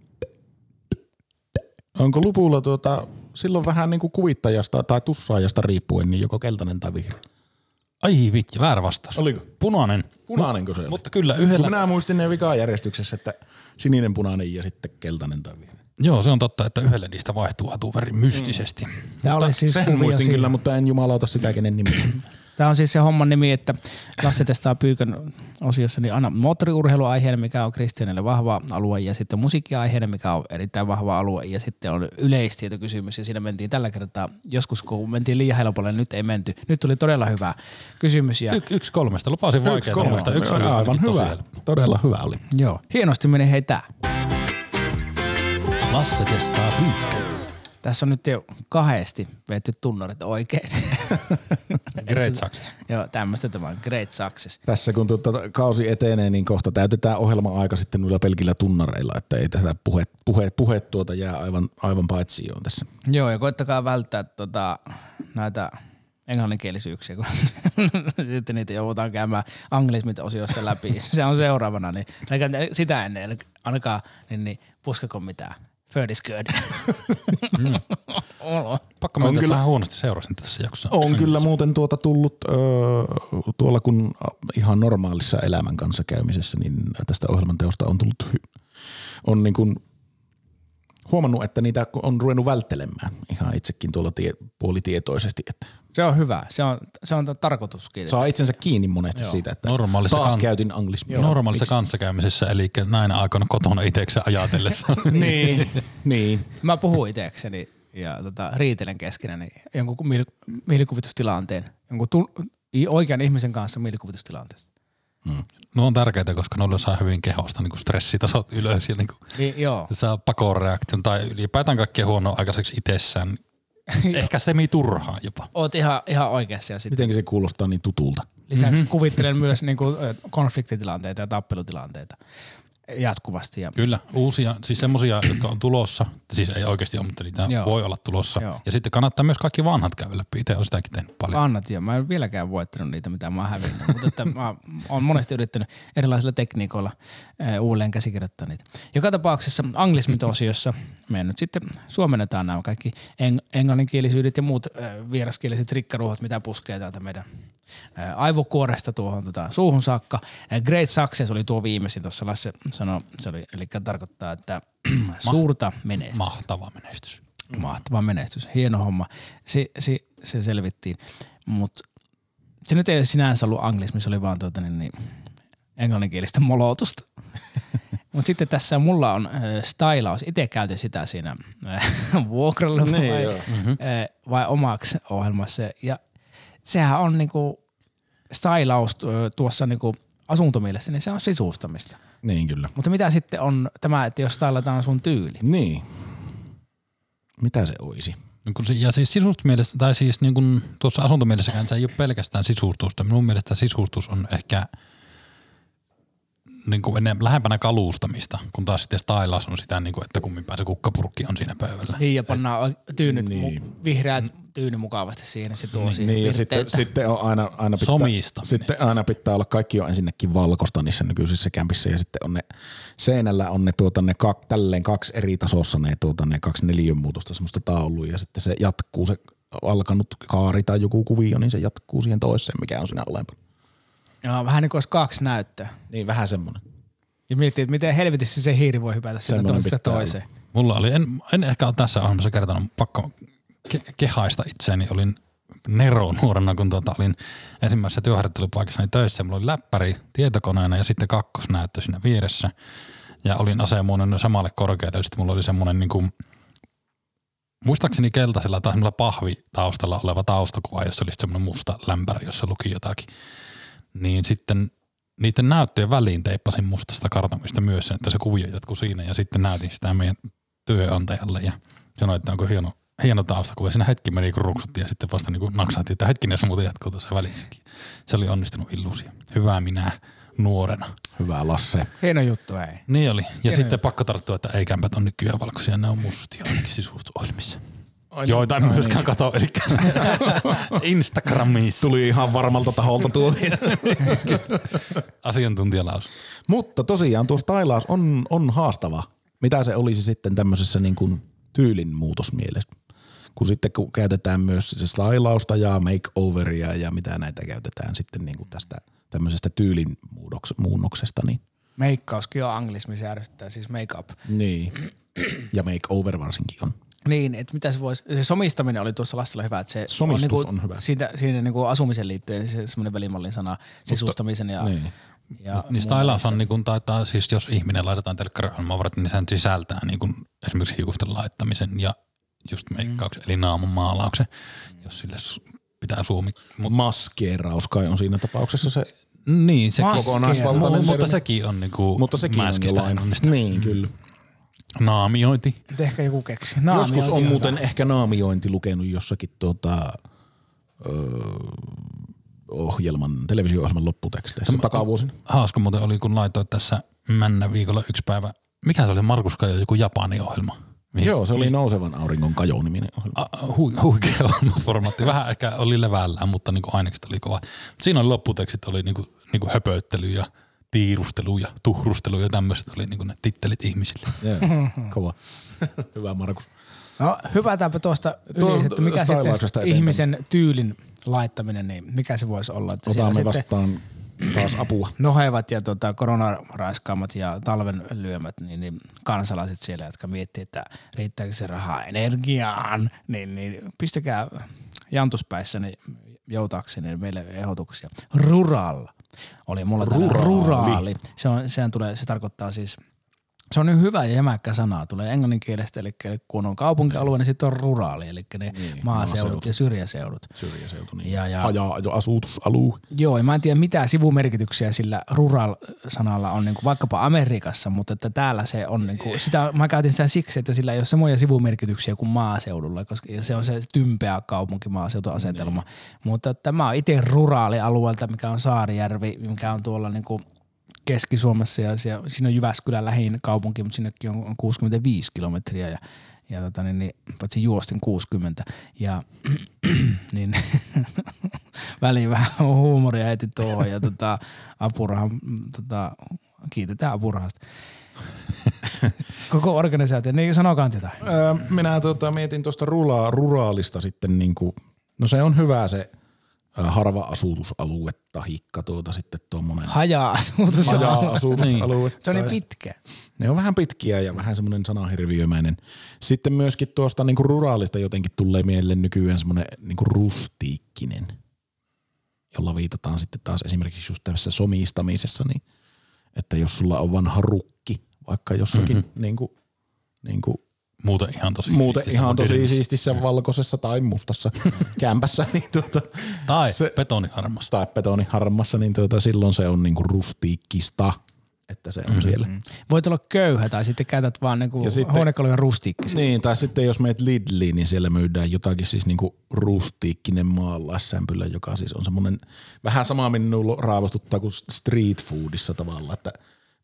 Onko lupulla tuota, silloin vähän niin kuin kuvittajasta tai tussaajasta riippuen, niin joko keltainen tai vihreä? Ai vitsi, väärä vastaus. Oliko? Punainen. Punainenko se oli? Mutta kyllä yhdellä... Kun minä muistin ne vikajärjestyksessä, että sininen, punainen ja sitten keltainen tai vihreä. Joo, se on totta, että yhdellä niistä vaihtuu atuväri mystisesti. Mm. Tämä oli siis sen muistin siinä. Kyllä, mutta en jumalauta sitä, kenen nimi. Tämä on siis se homman nimi, että Lasse testaa Pyykön osiossa niin aina moottoriurheiluaiheinen, mikä on Kristianille vahva alue, ja sitten musiikkiaiheinen, mikä on erittäin vahva alue, ja sitten on yleistietokysymys, ja siinä mentiin tällä kertaa, joskus kun mentiin liian helpolle, nyt ei menty. Nyt tuli todella hyvä kysymys. Ja... Y- yksi kolmesta, lupasin vaikeaa. Yksi kolmesta, yksi yksi aivan hyvä, tosiaan. Todella hyvä oli. Joo, hienosti meni hei tää. Lasse testaa Pyykköä. Tässä on nyt jo kahdesti vetty tunnarit oikein. Great success. Joo, tämmöistä tämä on great success. Tässä kun tuota kausi etenee, niin kohta täytetään ohjelma-aika sitten noilla pelkillä tunnareilla, että ei tässä puheet, puheet, puheet tuota jää aivan, aivan paitsioon tässä. Joo, ja koittakaa välttää tota, näitä englanninkielisyyksiä, kun sitten niitä joudutaan käymään anglismit-osiossa läpi. Se on seuraavana, niin sitä ennen, eli ainakaan niin, niin puskako mitään. Third is good. Mm. Pakko myöntää, että vähän huonosti seurasin tässä jaksossa. On kyllä muuten tuota tullut öö, tuolla kun ihan normaalissa elämän kanssa käymisessä, niin tästä ohjelmanteosta on tullut, hy- on niin kuin huomannut, että niitä on ruvennut välttelemään ihan itsekin tuolla tie, puolitietoisesti. Että se on hyvä. Se on, se on tarkoituskin. Saa itsensä kiinni monesti Joo. siitä, että normaalissa taas kan- käytin anglismia. Normaalissa kanssakäymisessä, eli näinä aikoina kotona itsekseen ajatellessa. niin, niin. Mä puhun itsekseni ja tota, riitelen keskenäni jonkun mil- mielikuvitustilanteen, jonkun tu- oikean ihmisen kanssa mielikuvitustilanteessa. Hmm. No on tärkeää, koska noilla saa hyvin kehosta niin stressitasot ylös ja niin niin, joo. saa pakoreaktion tai ylipäätään kaikkea huonoa aikaiseksi itsessään. Ehkä semi-turhaan jopa. Oot ihan, ihan oikeassa. Ja mitenkin se kuulostaa niin tutulta? Lisäksi mm-hmm. kuvittelen myös niin kuin, konfliktitilanteita ja tappelutilanteita jatkuvasti. Ja kyllä, uusia, siis semmosia, jotka on tulossa, siis ei oikeasti ole, mutta niitä Joo. voi olla tulossa. Joo. Ja sitten kannattaa myös kaikki vanhat käydä läpi. Itse olen sitäkin tehnyt paljon. Vanhat, joo. Mä en vieläkään voittanut niitä, mitä mä oon hävinnyt. Mutta että mä oon monesti yrittänyt erilaisilla tekniikoilla e, uudelleen käsikirjoittaa niitä. Joka tapauksessa anglismit-osiossa me nyt sitten suomennetaan nämä kaikki eng- englanninkielisyydet ja muut e, vieraskieliset rikkaruohot, mitä puskee täältä meidän e, aivokuoresta tuohon tota, suuhun saakka. E, great success oli tuo viimeisin tuossa Lasse sanoi, se oli, eli tarkoittaa, että suurta menestystä. Mahtava menestys. Mahtava menestys, hieno homma. Se, se, se selvittiin, mutta se nyt ei sinänsä ollut anglismi, se oli vaan tuota, niin, niin, englanninkielistä molotusta. Mutta sitten tässä mulla on äh, stylaus, itse käytin sitä siinä äh, vuokralla vai, niin, äh, vai omaksi ohjelmassa. Ja sehän on niinku stylaus tuossa niinku asuntomielessä, niin se on sisustamista. Niin kyllä. Mutta mitä sitten on tämä, että jos stylataan sun tyyli? Niin. Mitä se olisi? Ja siis sisustusmielessä, tai siis niin kuin tuossa asuntomielessäkään se ei ole pelkästään sisustusta. Minun mielestä sisustus on ehkä niin kuin ennen, lähempänä kalustamista, kun taas sitten stylaus on sitä, niin kuin, että kumminpä se kukkapurkki on siinä pöydällä. Niin ja pannaan tyynyt, Niin. mu- vihreät tyyny mukavasti siihen, se tuo Niin, siihen niin ja sitten, virteitä. sitten, on aina, aina pitää, Somistaminen. sitten aina pitää olla, kaikki on ensinnäkin valkoista niissä nykyisissä kämpissä ja sitten on ne, seinällä on ne, tuota, ne kak, tälleen kaksi eri tasossa ne, tuota, ne kaksi neliön muutosta semmoista taulua ja sitten se jatkuu se alkanut kaari tai joku kuvio, niin se jatkuu siihen toiseen, mikä on siinä olempana. Joo, vähän niin kuin olisi kaksi näyttöä. Niin vähän semmoinen. Ja miettii, että miten helvetissä se hiiri voi hypätä sitä Semmoinen toisesta pitää toiseen. Mulla oli, en, en ehkä ole tässä ohjelmassa kertonut, pakko ke- kehaista itseäni. Olin Nero nuorena, kun tuota, olin ensimmäisessä työharjoittelupaikassani töissä. Mulla oli läppäri tietokoneena ja sitten kakkosnäyttö siinä vieressä. Ja olin asemuunnon samalle korkeudelle. Sitten mulla oli semmoinen niin kuin, muistaakseni keltaisella tai semmoilla pahvitaustalla oleva taustakuva, jossa oli semmoinen musta lämpäri, jossa luki jotakin. Niin sitten niiden näyttöjen väliin teippasin mustasta kartongista myös sen, että se kuvio jatkuu siinä ja sitten näytin sitä meidän työnantajalle ja sanoin, että onko hieno, hieno taustakuva. Siinä hetki meni kun ruksuttiin ja sitten vasta niin kuin naksahtiin, että hetkinen se muuten jatkuu tuossa välissäkin. Se oli onnistunut illuusio. Hyvä minä nuorena. Hyvä Lasse. Hieno juttu, ei. Niin oli. Ja hieno sitten juttu. Pakko tarttua, että ei kämpät on nykyään valkoisia, ne on mustia ainakin sisustusohjelmissa. Joita en myöskään kato, eli Instagramissa. Tuli ihan varmalta taholta tuotiin. Asiantuntijalaus. Mutta tosiaan tuo stylaus on, on haastava. Mitä se olisi sitten tämmöisessä niin kuin tyylin muutosmielessä? Kun sitten kun käytetään myös se stylausta ja makeoveria ja mitä näitä käytetään sitten niin kuin tästä tämmöisestä tyylin muunnoksesta. Niin. Meikkauskin on anglismi, se ärsyttää, siis make-up. Niin. Ja makeover varsinkin on. Niin, että mitä se voisi, se somistaminen oli tuossa Lassilla hyvä, että se Somistus on, niinku, on hyvä. Siitä, siinä niinku asumisen liittyen se semmoinen välimallin sana sisustamisen ja, niin. ja Niin stylaus on niin kuin taitaa, siis jos ihminen laitetaan telkkariohjelmaan varten, niin sehän sisältää niin kuin esimerkiksi hiusten laittamisen ja just meikkauksen, mm. eli naaman maalauksen, jos sille pitää suomi. Mut maskeeraus kai on siinä tapauksessa se Niin, sekin, kokonaisvaltainen mutta termi. sekin on niin kuin Mutta sekin on jollain. Niin, kyllä. Naamiointi. Nyt ehkä joku keksi. Joskus on muuten ehkä naamiointi lukenut jossakin tuota, öö, ohjelman, televisio-ohjelman lopputeksteissä takavuosina. Hauska muuten oli, kun laitoit tässä männä viikolla yksi päivä. Mikä se oli, Markus Kajo, joku Japani ohjelma? Mihin? Joo, se oli Nousevan auringon Kajo-niminen ohjelma. A, hu, huikea ohjelmaformaatti. Vähän ehkä oli levällään, mutta niin kuin ainekset oli kova. Siinä oli lopputekstit, oli niin kuin, niin kuin höpöttely ja tiirustelu ja tuhrustelu ja tämmöiset oli niin kuin ne tittelit ihmisille. Joo, kova. Hyvä Markus. No hypätäänpä tuosta Tuo- yli, että mikä stylauksesta sitten eteenpäin. ihmisen tyylin laittaminen, niin mikä se voisi olla? Että siellä Otamme sitten vastaan taas apua. nohevat ja tota, koronaraiskaamat ja talven lyömät, niin, niin kansalaiset siellä, jotka miettii, että riittääkö se rahaa energiaan, niin, niin pistäkää jantuspäissäni joutaakseni meille ehdotuksia. Rural oli mulla täällä. Ruraali. Ruraali. Se, on, sehän tulee, se tarkoittaa siis, se on niin hyvä ja jämäkkä sana, tulee englannin kielestä, eli kun on kaupunkialue, niin sitten on ruraali, eli ne Niin, maaseudut maaseutu. ja syrjäseudut. Syrjäseutu, niin Ja- ja- haja-asutusalue. Joo, ja mä en tiedä mitä sivumerkityksiä sillä rural-sanalla on niinku vaikkapa Amerikassa, mutta että täällä se on niinku, sitä, mä käytin sitä siksi, että sillä ei ole samoja sivumerkityksiä kuin maaseudulla, koska se on se tympeä kaupunki-maaseutuasetelma. Niin. Mutta tämä on itse ruraalialueelta, mikä on Saarijärvi, mikä on tuolla niinku Keski-Suomessa ja siellä, siinä on Jyväskylän lähin kaupunki, mutta sinnekin on, on kuusikymmentäviisi kilometriä ja ja tota, niin, niin, paitsi juostin kuusikymmentä ja niin väliin vähän huumoria heti tuohon ja tota, apurahan, tota, kiitetään apurahasta. Koko organisaatio, niin sanokaan sitä. Öö, minä tota, mietin tuosta rula, ruraalista sitten niinku, no se on hyvä se ö, harva-asutusalue tahikka tuota sitten tuommoinen Haja-asutus. haja-asutusalue. Se on niin pitkä. Ne on vähän pitkiä ja vähän semmoinen sanahirviömäinen. Sitten myöskin tuosta niinku ruraalista jotenkin tulee mieleen nykyään semmoinen niinku rustiikkinen, jolla viitataan sitten taas esimerkiksi just tässä somistamisessa, niin että jos sulla on vanha rukki vaikka jossakin mm-hmm. niinku, niinku Muuten ihan tosi muuten siistissä ihan tosi modernissa. siistissä valkoisessa tai mustassa kämpässä, niin tuota, Tai se, betoniharmassa. tai betoniharmassa, niin tuota, silloin se on niinku rustiikkista, että se on mm-hmm. siellä. Voit olla köyhä tai sitten käytät vaan niinku Ja sitten- huonekalujen rustiikkisesti. Niin, tai sitten jos meet Lidliin, niin siellä myydään jotakin siis niinku rustiikkinen maalaissämpylä, joka siis on semmoinen vähän sama minulla raavostuttaa kuin street foodissa tavallaan, että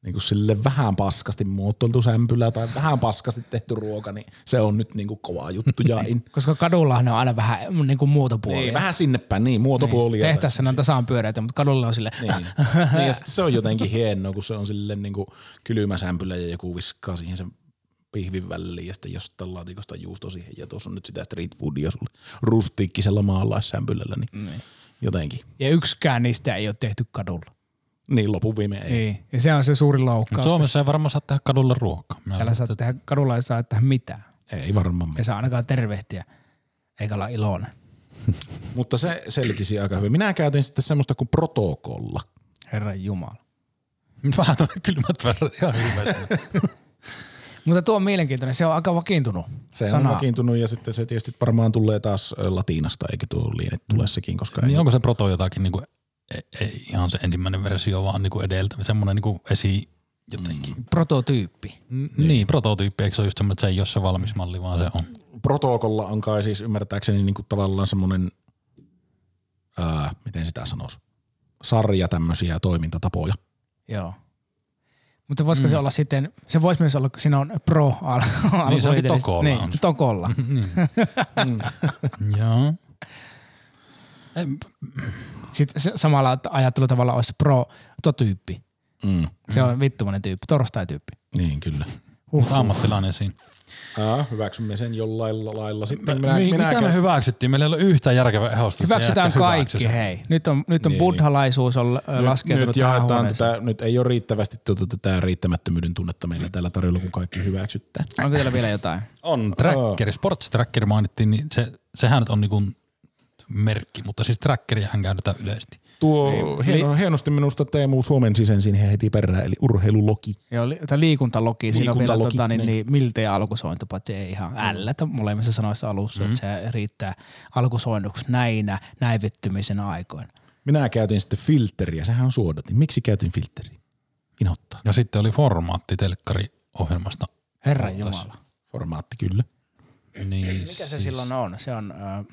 niinku sille vähän paskasti muotoiltu sämpylä tai vähän paskasti tehty ruoka, niin se on nyt niinku kova juttu jain. Koska kadullahan ne on aina vähän niinku muotopuolia. Niin, vähän sinne päin, niin, muotopuolia. Niin. Tehtäessä ne on tasaan pyöreitä, mutta kadulla on silleen. Niin. niin, ja sitten se on jotenkin hienoa, kun se on silleen niinku kylmä sämpylä ja joku viskaa siihen sen pihvin väliin ja sitten jostain laatikosta juusto siihen ja tuossa on nyt sitä street foodia sulle rustiikkisella maalaissämpylällä, niin mm. jotenkin. Ja yksikään niistä ei ole tehty kadulla. Niin, lopun viime ei. Niin. Ja se on se suuri loukkaus. Suomessa ei varmaan saa tehdä kadulla ruokaa. Täällä saa tehdä, kadulla ei saa tehdä mitään. Ei varmaan mitään. Ei saa ainakaan tervehtiä, eikä olla iloinen. Mutta se selkisi aika hyvin. Minä käytin sitten semmoista kuin protokolla. Herran Jumala. Vähän tuonne kylmät värät ihan hirveästi. Mutta tuo on mielenkiintoinen, se on aika vakiintunut Se sana. on vakiintunut ja sitten se tietysti varmaan tulee taas latinasta, eikö tuo liene tule sekin, koska Niin ei. onko se proto jotakin niinku, ei, ei ihan se ensimmäinen versio, vaan niinku edeltä, semmoinen niinku esi jotenkin. Mm. Prototyyppi. Niin. niin, prototyyppi, eikö se ole just semmoinen, että se ei ole se valmis malli, vaan se on. Protokolla on kai siis ymmärtääkseni niinku tavallaan semmoinen, ää, miten sitä sanoisi, sarja tämmöisiä toimintatapoja. Joo. Mutta voisiko mm. se olla sitten, se voisi myös olla, kun siinä on pro al- Niin se onkin Tokolla. Niin, on. Tokolla. niin. Joo. Sitten se, samalla ajattelutavalla olisi pro-totyyppi. Mm. Se on vittumainen tyyppi, torstai-tyyppi. Niin, kyllä. Mutta ammattilainen siinä. Aa, hyväksymme sen jollain lailla sitten. Minä, minä mitä käyn... me hyväksyttiin? Meillä ei ole yhtään järkevää ehostusta. Hyväksytään kaikki, hei. Nyt on, nyt on niin. buddhalaisuus on laskeutunut nyt, tähän jaetaan huoneeseen. tätä, nyt ei ole riittävästi tuota, tätä riittämättömyyden tunnetta meillä täällä tarjolla, kun kaikki hyväksyttää. Onko teillä vielä jotain? On trackeri, sports trackeri mainittiin, niin se, sehän nyt on niinku merkki, mutta siis trackeriähän käytetään yleisesti. Tuo hieno, hienosti minusta Teemu Suomen sisen siihen heti perään, eli urheilulogi. Joo, li- tai liikuntalogi. Siinä on vielä Liikuntalogi, tota, niin, niin. niin, miltei alkusointu, paitsi ei ihan ällätä molemmissa sanoissa alussa, mm. että se riittää alkusoinnuksi näinä näivettymisen aikoina. Minä käytin sitten filteriä, sehän on suodatin. Miksi käytin filteriä? Inhottaa. Ja sitten oli formaatti telkkari-ohjelmasta. Herran Jumala. Formaatti kyllä. Niin, Mikä se siis silloin on? Se on ö,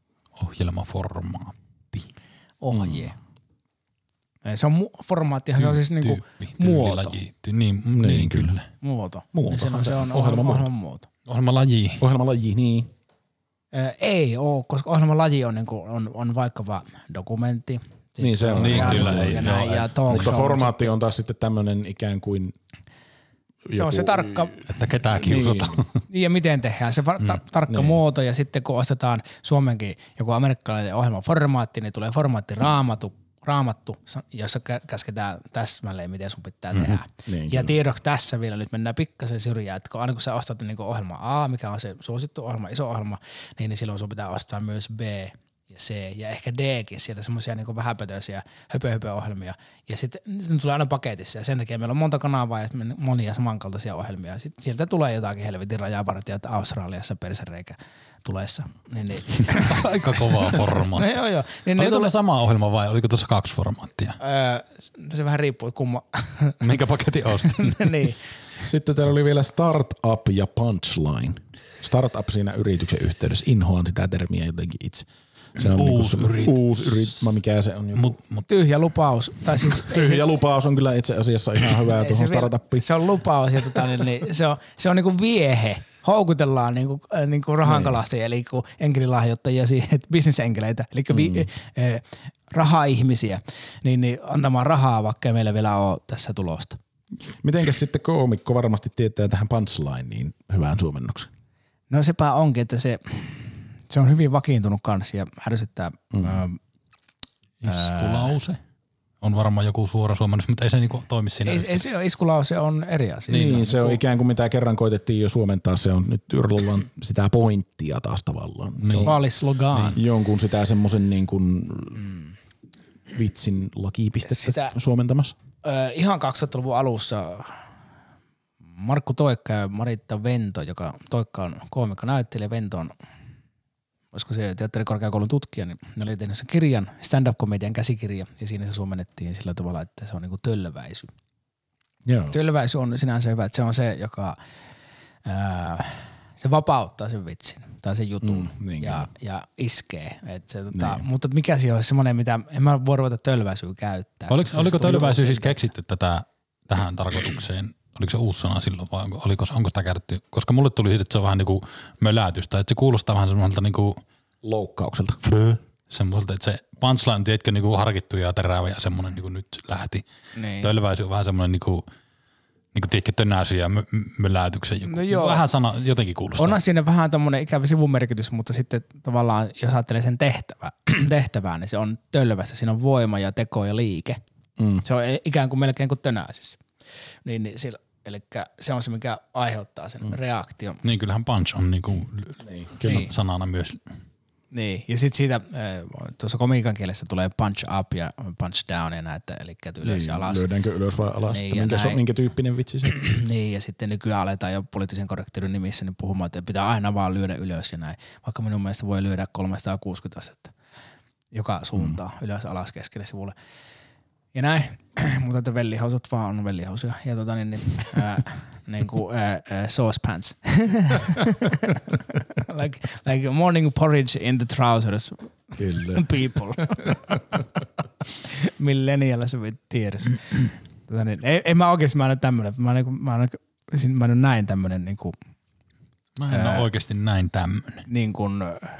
ohjelmaformaatti. ohje. Mm. Se on mu- formaattihan, se on siis niinku Tyyppi, muoto. tyylilaji. Ty- niin, niin, niin, kyllä. Muoto. Muotohan Niin se on se ohjelman ohjelmamuoto. ohjelman muoto. Ohjelmalaji. Ohjelmalaji, niin. Ö, ei oo, koska ohjelmalaji on, niinku, on, on vaikkapa dokumentti. Niin se on. Niin, ja, kyllä, ja, ei, näin, joo, ja ei. talk Mutta show formaatti on taas sitten tämmöinen ikään kuin joku, Se on se tarkka, Että ketään kiusataan. Niin. ja miten tehdään, se tar- tar- tarkka niin. muoto ja sitten kun ostetaan Suomenkin joku amerikkalainen ohjelman formaatti, niin tulee formaatti raamattu, raamattu jossa kä- käsketään täsmälleen, miten sun pitää mm-hmm. tehdä. Niin, ja kyllä. tiedoksi tässä vielä nyt mennään pikkasen syrjään, että kun aina kun sä ostat niin ohjelma A, mikä on se suosittu ohjelma, iso ohjelma, niin, niin silloin sun pitää ostaa myös B ja C ja ehkä Dkin sieltä semmoisia niin vähäpätöisiä höpö-höpö-ohjelmia. Ja sitten ne tulee aina paketissa ja sen takia meillä on monta kanavaa ja monia samankaltaisia ohjelmia. Sitten sieltä tulee jotakin helvetin rajavartijat Australiassa persereikä tuleessa. Niin, niin. Aika kovaa formaattia. No joo joo. Niin Oliko tulee, tulee sama ohjelma vai oliko tuossa kaksi formaattia? öö, se vähän riippuu kumma. Minkä paketin ostin? niin. Sitten täällä oli vielä startup ja punchline. Startup siinä yrityksen yhteydessä. Inhoan sitä termiä jotenkin itse. Se on Uusi niinku, yritys. Uusi yritys, mikä se on. Joku. Mut, mut, Tyhjä lupaus. Tai siis, ei se- Tyhjä lupaus on kyllä itse asiassa ihan hyvää ei tuohon se vielä- startuppiin. Se on lupaus ja tota, niin, niin, se on, se on niinku viehe. Houkutellaan niinku, äh, niinku rahankalastajia, eli niinku enkelilahjoittajia siihen, bisnesenkeleitä, eli vi, mm. äh, raha-ihmisiä, niin, niin antamaan rahaa, vaikka ei meillä vielä ole tässä tulosta. Mitenkäs sitten koomikko varmasti tietää tähän punchlineen hyvään suomennoksen? No sepä onkin, että se, se on hyvin vakiintunut kanssa ja ärsyttää. Mm. Ö, iskulause. On varmaan joku suora suomennus, mutta ei se niinku toimi siinä. ei, ei se ole iskulause, on eri asia. Niin, Se niin on se on niinku- ikään kuin mitä kerran koitettiin jo suomentaa, se on nyt yritetään sitä pointtia taas tavallaan. Niin. vaalislogaan. Niin. Jonkun sitä semmoisen niin kuin vitsin lakipistettä Sitä- suomentamassa. Ö, ihan kaksituhattaluvun alussa Markku Toikka ja Maritta Vento, joka Toikka on koomikko näyttelijä, Vento on, olisiko se teatterikorkeakoulun tutkija, niin ne oli tehnyt sen kirjan, stand-up-komedian käsikirja, ja siinä se suomennettiin sillä tavalla, että se on niinku tölväisy. Joo. Tölväisy on sinänsä hyvä, että se on se, joka ää, se vapauttaa sen vitsin tai sen jutun Mm, niin ja, ja iskee. Et se, tota, Niin. mutta mikä siinä on semmoinen, mitä en mä voi ruveta tölväisyä käyttää. Oliko, oliko Tuli tölväisy tosi- siis keksitty tätä tähän tarkoitukseen. Oliko se uusi sana silloin vai onko, oliko, onko sitä käytetty? Koska mulle tuli siitä, että se on vähän niin kuin mölätystä. Että se kuulostaa vähän semmoiselta niin kuin loukkaukselta. Semmoiselta, että se punchline on tiedätkö, niin kuin harkittu ja terävä ja semmoinen niin kuin nyt lähti. Niin. Tölväisy on vähän semmoinen niin kuin, niin kuin tiedätkö, tönäisy ja mö, mölätyksen joku. No joo. Vähän sana jotenkin kuulostaa. Onhan siinä vähän tämmöinen ikävä sivumerkitys, mutta sitten tavallaan jos ajattelee sen tehtävää, tehtävää, niin se on tölvästä. Siinä on voima ja teko ja liike. Mm. Se on ikään kuin melkein kuin tönäisissä. Niin, niin sillä, elikkä se on se, mikä aiheuttaa sen mm. reaktion. Niin, kyllähän punch on niinku niin, niin. sanana myös. Niin, ja sitten siitä tuossa komiikan kielessä tulee punch up ja punch down ja näitä, eli ylös niin, ja alas. Lyödäänkö ylös vai alas, niin, minkä, so, minkä tyyppinen vitsi se? Niin, ja sitten nykyään aletaan jo poliittisen korrektiuden nimissä niin puhumaan, että pitää aina vaan lyödä ylös ja näin. Vaikka minun mielestä voi lyödä kolmesataakuusikymmentä astetta joka suuntaan mm. ylös alas keskelle sivulle. Ja näin, mutta että vellihousut vaan on vellihousuja. Ja tota niin, niin ää, niin kuin ää, ää, sauce pants. like, like morning porridge in the trousers. Kyllä. People. Millennial se voi tiedäs. tota niin, ei, ei mä oikeesti mä en ole tämmönen. Mä en, mä en, mä en näin tämmönen niinku. Mä en ää, ole oikeesti näin tämmönen. Niin kuin,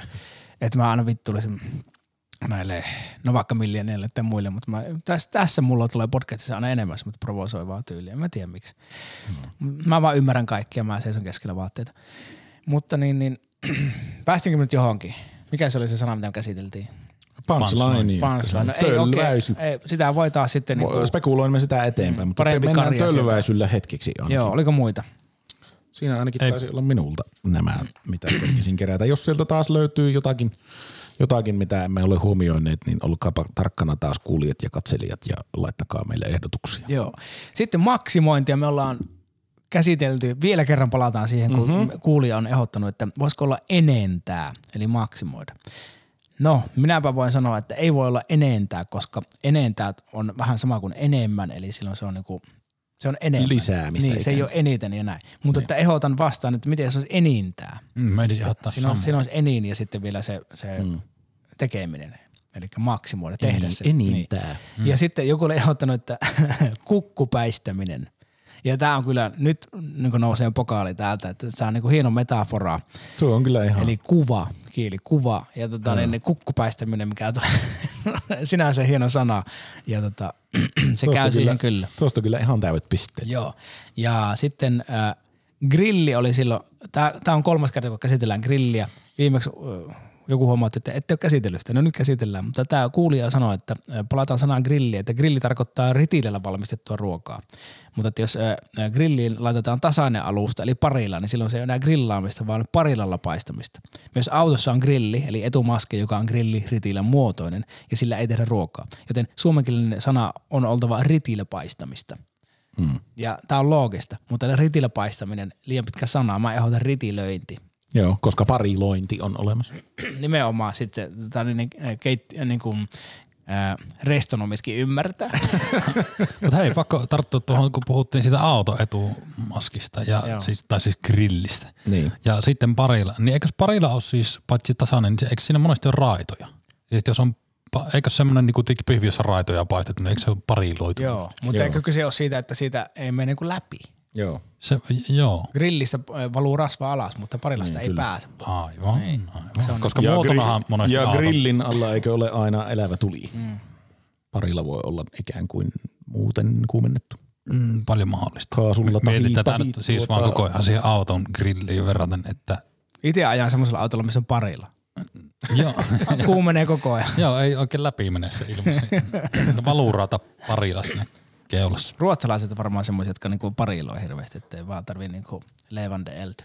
että mä aina vittuilisin näille, no vaikka milleniaille tai muille, mutta mä, tässä, tässä mulla tulee podcastissa aina enemmän, mutta provosoivaa tyyliä. En mä tiedä miksi. Mm. Mä vaan ymmärrän kaikkia, mä seison keskellä vaatteita. Mutta niin, niin päästinkö nyt johonkin? Mikä se oli se sana, mitä me käsiteltiin? Punchline. Punchline. No, ei, okay. ei, sitä voi taas sitten niinku spekuloimme sitä eteenpäin, mm, mutta mennään tölväisyllä hetkeksi ainakin. Joo, oliko muita? Siinä ainakin ei. Taisi olla minulta nämä, mitä kerkisin kerätä. Jos sieltä taas löytyy jotakin Jotakin, mitä emme ole huomioineet, niin olkaapa tarkkana taas kuulijat ja katselijat ja laittakaa meille ehdotuksia. Joo. Sitten maksimointia me ollaan käsitelty. Vielä kerran palataan siihen, kun mm-hmm. kuulija on ehdottanut, että voisiko olla enentää, eli maksimoida. No, minäpä voin sanoa, että ei voi olla enentää, koska enentää on vähän sama kuin enemmän, eli silloin se on niinku se on enemmän. Lisäämistä. Niin, se ei ole eniten ja näin. Mutta että ehdotan vastaan, että miten se olisi enintää. Mm, mä edes ehdottaa siinä, on, siinä olisi enin ja sitten vielä se, se mm. tekeminen. Eli maksimoida, tehdä Eni, se. Enintää. Niin. Mm. Ja sitten joku oli ehdottanut, että kukkupäistäminen. Ja tämä on kyllä, nyt niin nousee pokaali täältä, että tämä on niin hieno metafora. Se on kyllä ihan. Eli kuva, kielikuva. Ja tota, mm. niin kukkupäistäminen, mikä tulee, sinänsä hieno sana. Ja tota, se tuosta käy siihen kyllä, kyllä. Tuosta kyllä ihan täydet pisteet. Joo. Ja sitten äh, grilli oli silloin, tämä on kolmas kerta, kun käsitellään grilliä. Viimeksi äh, joku huomautti, että ette ole käsitellyt sitä. No nyt käsitellään, mutta tämä kuulija sanoi, että palataan sanaan grilli, että grilli tarkoittaa ritiilellä valmistettua ruokaa. Mutta että jos äh, grilliin laitetaan tasainen alusta, eli parilla, niin silloin se ei ole enää grillaamista, vaan parilalla paistamista. Myös autossa on grilli, eli etumaske, joka on grilli ritiilän muotoinen, ja sillä ei tehdä ruokaa. Joten suomenkielinen sana on oltava ritiillä paistamista. Hmm. Ja tämä on loogista, mutta ritiillä paistaminen, liian pitkä sana, mä ehdotan ritilöinti. Joo, koska parilointi on olemassa. Nimenomaan sitten tota, niin, keit, niin kuin, ää, restonomitkin ymmärtää. Mutta hei, pakko tarttua tuohon, kun puhuttiin siitä autoetumaskista, ja siis, tai siis grillistä. Niin. Ja sitten parilla. Niin eikö parilla ole siis paitsi tasainen, niin se, eikö siinä monesti ole raitoja? Ja jos on, eikö semmoinen niin kuin pihvi, jossa raitoja paistettu, niin eikö se ole pariloitu? Joo, mutta eikö kyse ole siitä, että siitä ei mene niin kuin läpi? Joo. Se, joo. Grillistä valuu rasva alas, mutta parilasta niin, ei kyllä. pääse. Aivan, niin. aivan. Koska muotonahan gri- monesti Ja auton. grillin alla eikö ole aina elävä tuli. Mm. Parilla voi olla ikään kuin muuten kuumennettu. Mm, paljon mahdollista. Kaasulla mietitään tätä nyt siis vaan koko ajan siihen auton grilliin verraten, että itse ajan semmoisella autolla, missä on parilla. Joo. Kuumenee koko ajan. Joo, ei oikein läpi mene se ilma. Valuuraata parilla sinne keulassa. Ruotsalaiset on varmaan semmoisia, jotka niinku pariloi hirveästi, ettei vaan tarvii niinku levande eld.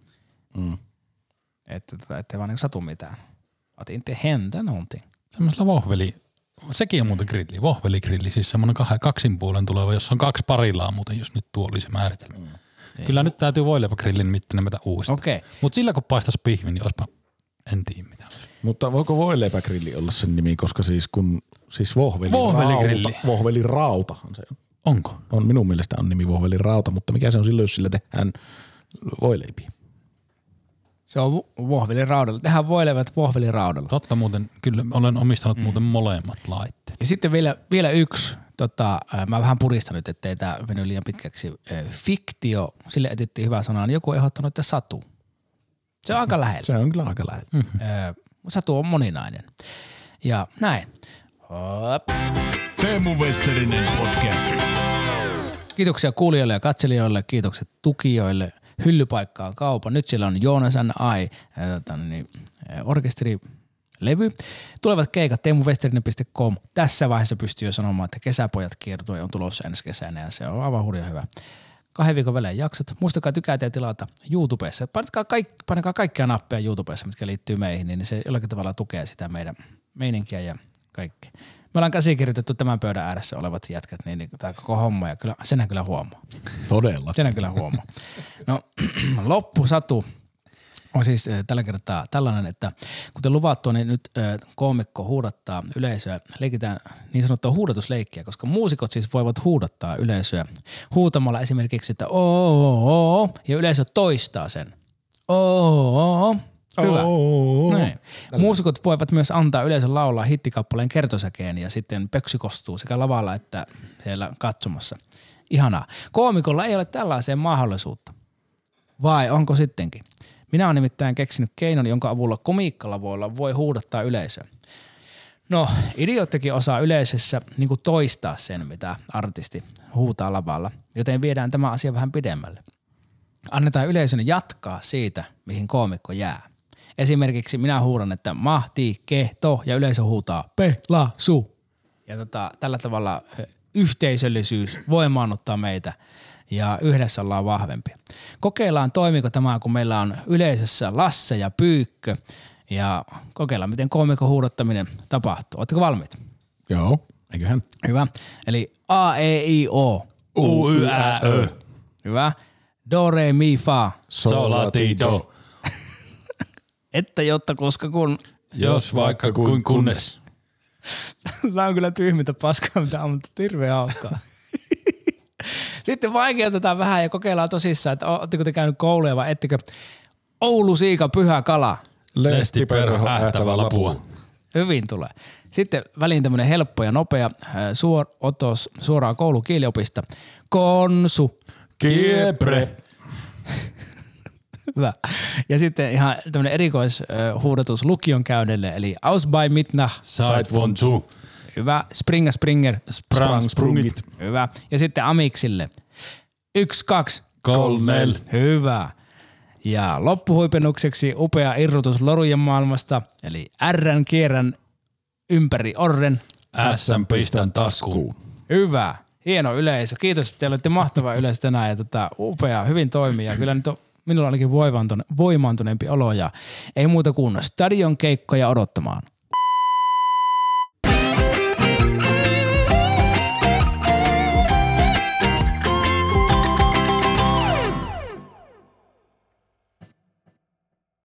Mm. Että tota, ettei vaan niinku satu mitään. Att inte hända någonting. Semmoisella vohveli, sekin on muuten grilli, vohveligrilli, siis semmoinen kaksin puolen tuleva, jossa on kaksi parillaa muuten, jos nyt tuo oli se määritelmä. Mm. Kyllä nyt täytyy voileipägrillin mittainen meitä uusista. Okay. Mutta sillä kun paistaisi pihvi, niin olisipa, en tiedä mitä olisi. Mutta voiko voileipägrilli olla sen nimi, koska siis kun, siis vohvelirauta, vohvelirautahan se on. Onko? On, minun mielestä on nimi vohvelirauta, mutta mikä se on silloin, jos sillä tehdään voileipiä? Se on vohveliraudalla. Tehdään voileivät vohveliraudalla. Totta muuten, kyllä olen omistanut mm. muuten molemmat laitteet. Ja sitten vielä, vielä yksi tota, mä vähän puristan nyt, ettei tää veny liian pitkäksi. Fiktio, sille etittiin hyvä sana, niin joku on ehdottanut, että satu. Se on aika lähellä. Se on kyllä aika lähellä. Mm-hmm. Satu on moninainen. Ja näin. Hop. Teemu Westerinen podcast. Kiitoksia kuulijoille ja katselijoille, kiitokset tukijoille. Hyllypaikka on kaupan. Nyt siellä on Joonas and I, niin, orkesterilevy. Tulevat keikat teemu westerinen piste com. Tässä vaiheessa pystyy jo sanomaan, että kesäpojat kiertue on tulossa ensi kesänä ja se on aivan hurja hyvä. Kahden viikon välein jaksot. Muistakaa tykätä ja tilata YouTubessa. Painakaa, kaikki, painakaa kaikkia nappeja YouTubessa, mitkä liittyy meihin, niin se jollakin tavalla tukee sitä meidän meininkiä ja kaikkea. Me ollaan käsikirjoitettu tämän pöydän ääressä olevat jätkät, niin, niin tämä koko homma, ja kyllä, senhän kyllä huomaa. Todella. Senhän kyllä huomaa. No, loppusatu on siis äh, tällä kertaa tällainen, että kuten luvattua, niin nyt äh, koomikko huudattaa yleisöä, leikitään niin sanottua huudatusleikkiä, koska muusikot siis voivat huudattaa yleisöä huutamalla esimerkiksi, että oo, ja yleisö toistaa sen. Oo, hyvä. Oh, Näin. Muusikot voivat myös antaa yleisön laulaa hittikappaleen kertosäkeen ja sitten pöksy kostuu sekä lavalla että siellä katsomassa. Ihanaa. Koomikolla ei ole tällaiseen mahdollisuutta. Vai onko sittenkin? Minä olen nimittäin keksinyt keinon, jonka avulla komiikkalavoilla voi huudattaa yleisöä. No, idioottikin osaa yleisössä niin kuin toistaa sen, mitä artisti huutaa lavalla, joten viedään tämä asia vähän pidemmälle. Annetaan yleisön jatkaa siitä, mihin koomikko jää. Esimerkiksi minä huudan, että mahti, kehto ja yleisö huutaa pelasu. Ja tota, tällä tavalla yhteisöllisyys voimaannuttaa meitä ja yhdessä ollaan vahvempia. Kokeillaan toimiko tämä, kun meillä on yleisössä Lasse ja Pyykkö ja kokeillaan, miten koomikon huudattaminen tapahtuu. Oletteko valmiit? Joo, eiköhän. Hyvä. Eli A, E, I, O. U, Y, Ä, Ö. Hyvä. Do, re, mi, fa. Sol, la, ti, do. Että jotta koska kun. Jos vaikka kuin kunnes. Tämä on kyllä tyhmintä paskaa, mitä on, mutta hirveän hauskaa. Sitten vaikeutetaan vähän ja kokeillaan tosissaan, että ootteko te käynyt kouluja vai ettekö. Oulu, siika, pyhä kala. Lesti, perho, ähtävä lapua. Hyvin tulee. Sitten väliin tämmönen helppo ja nopea suor, otos suoraan koulukieliopista. Konsu. Kiebre. Hyvä. Ja sitten ihan tämmönen erikoishuudatus lukion käyneille, eli aus bei mitnach. Seit von zu. Hyvä. Springer, springer. Sprang, sprungit. Hyvä. Ja sitten amiksille. Yksi, kaksi. Kolnel. Hyvä. Ja loppuhuipennukseksi upea irrotus lorujen maailmasta, eli R:n kierrän ympäri orren. Ässän pistän taskuun. Hyvä. Hieno yleisö. Kiitos, että te olette mahtava yleisö tänään ja tota, upea, hyvin toimii. Ja kyllä nyt on minulla ainakin voimaantuneempi olo ja ei muuta kuin stadion keikkoja odottamaan.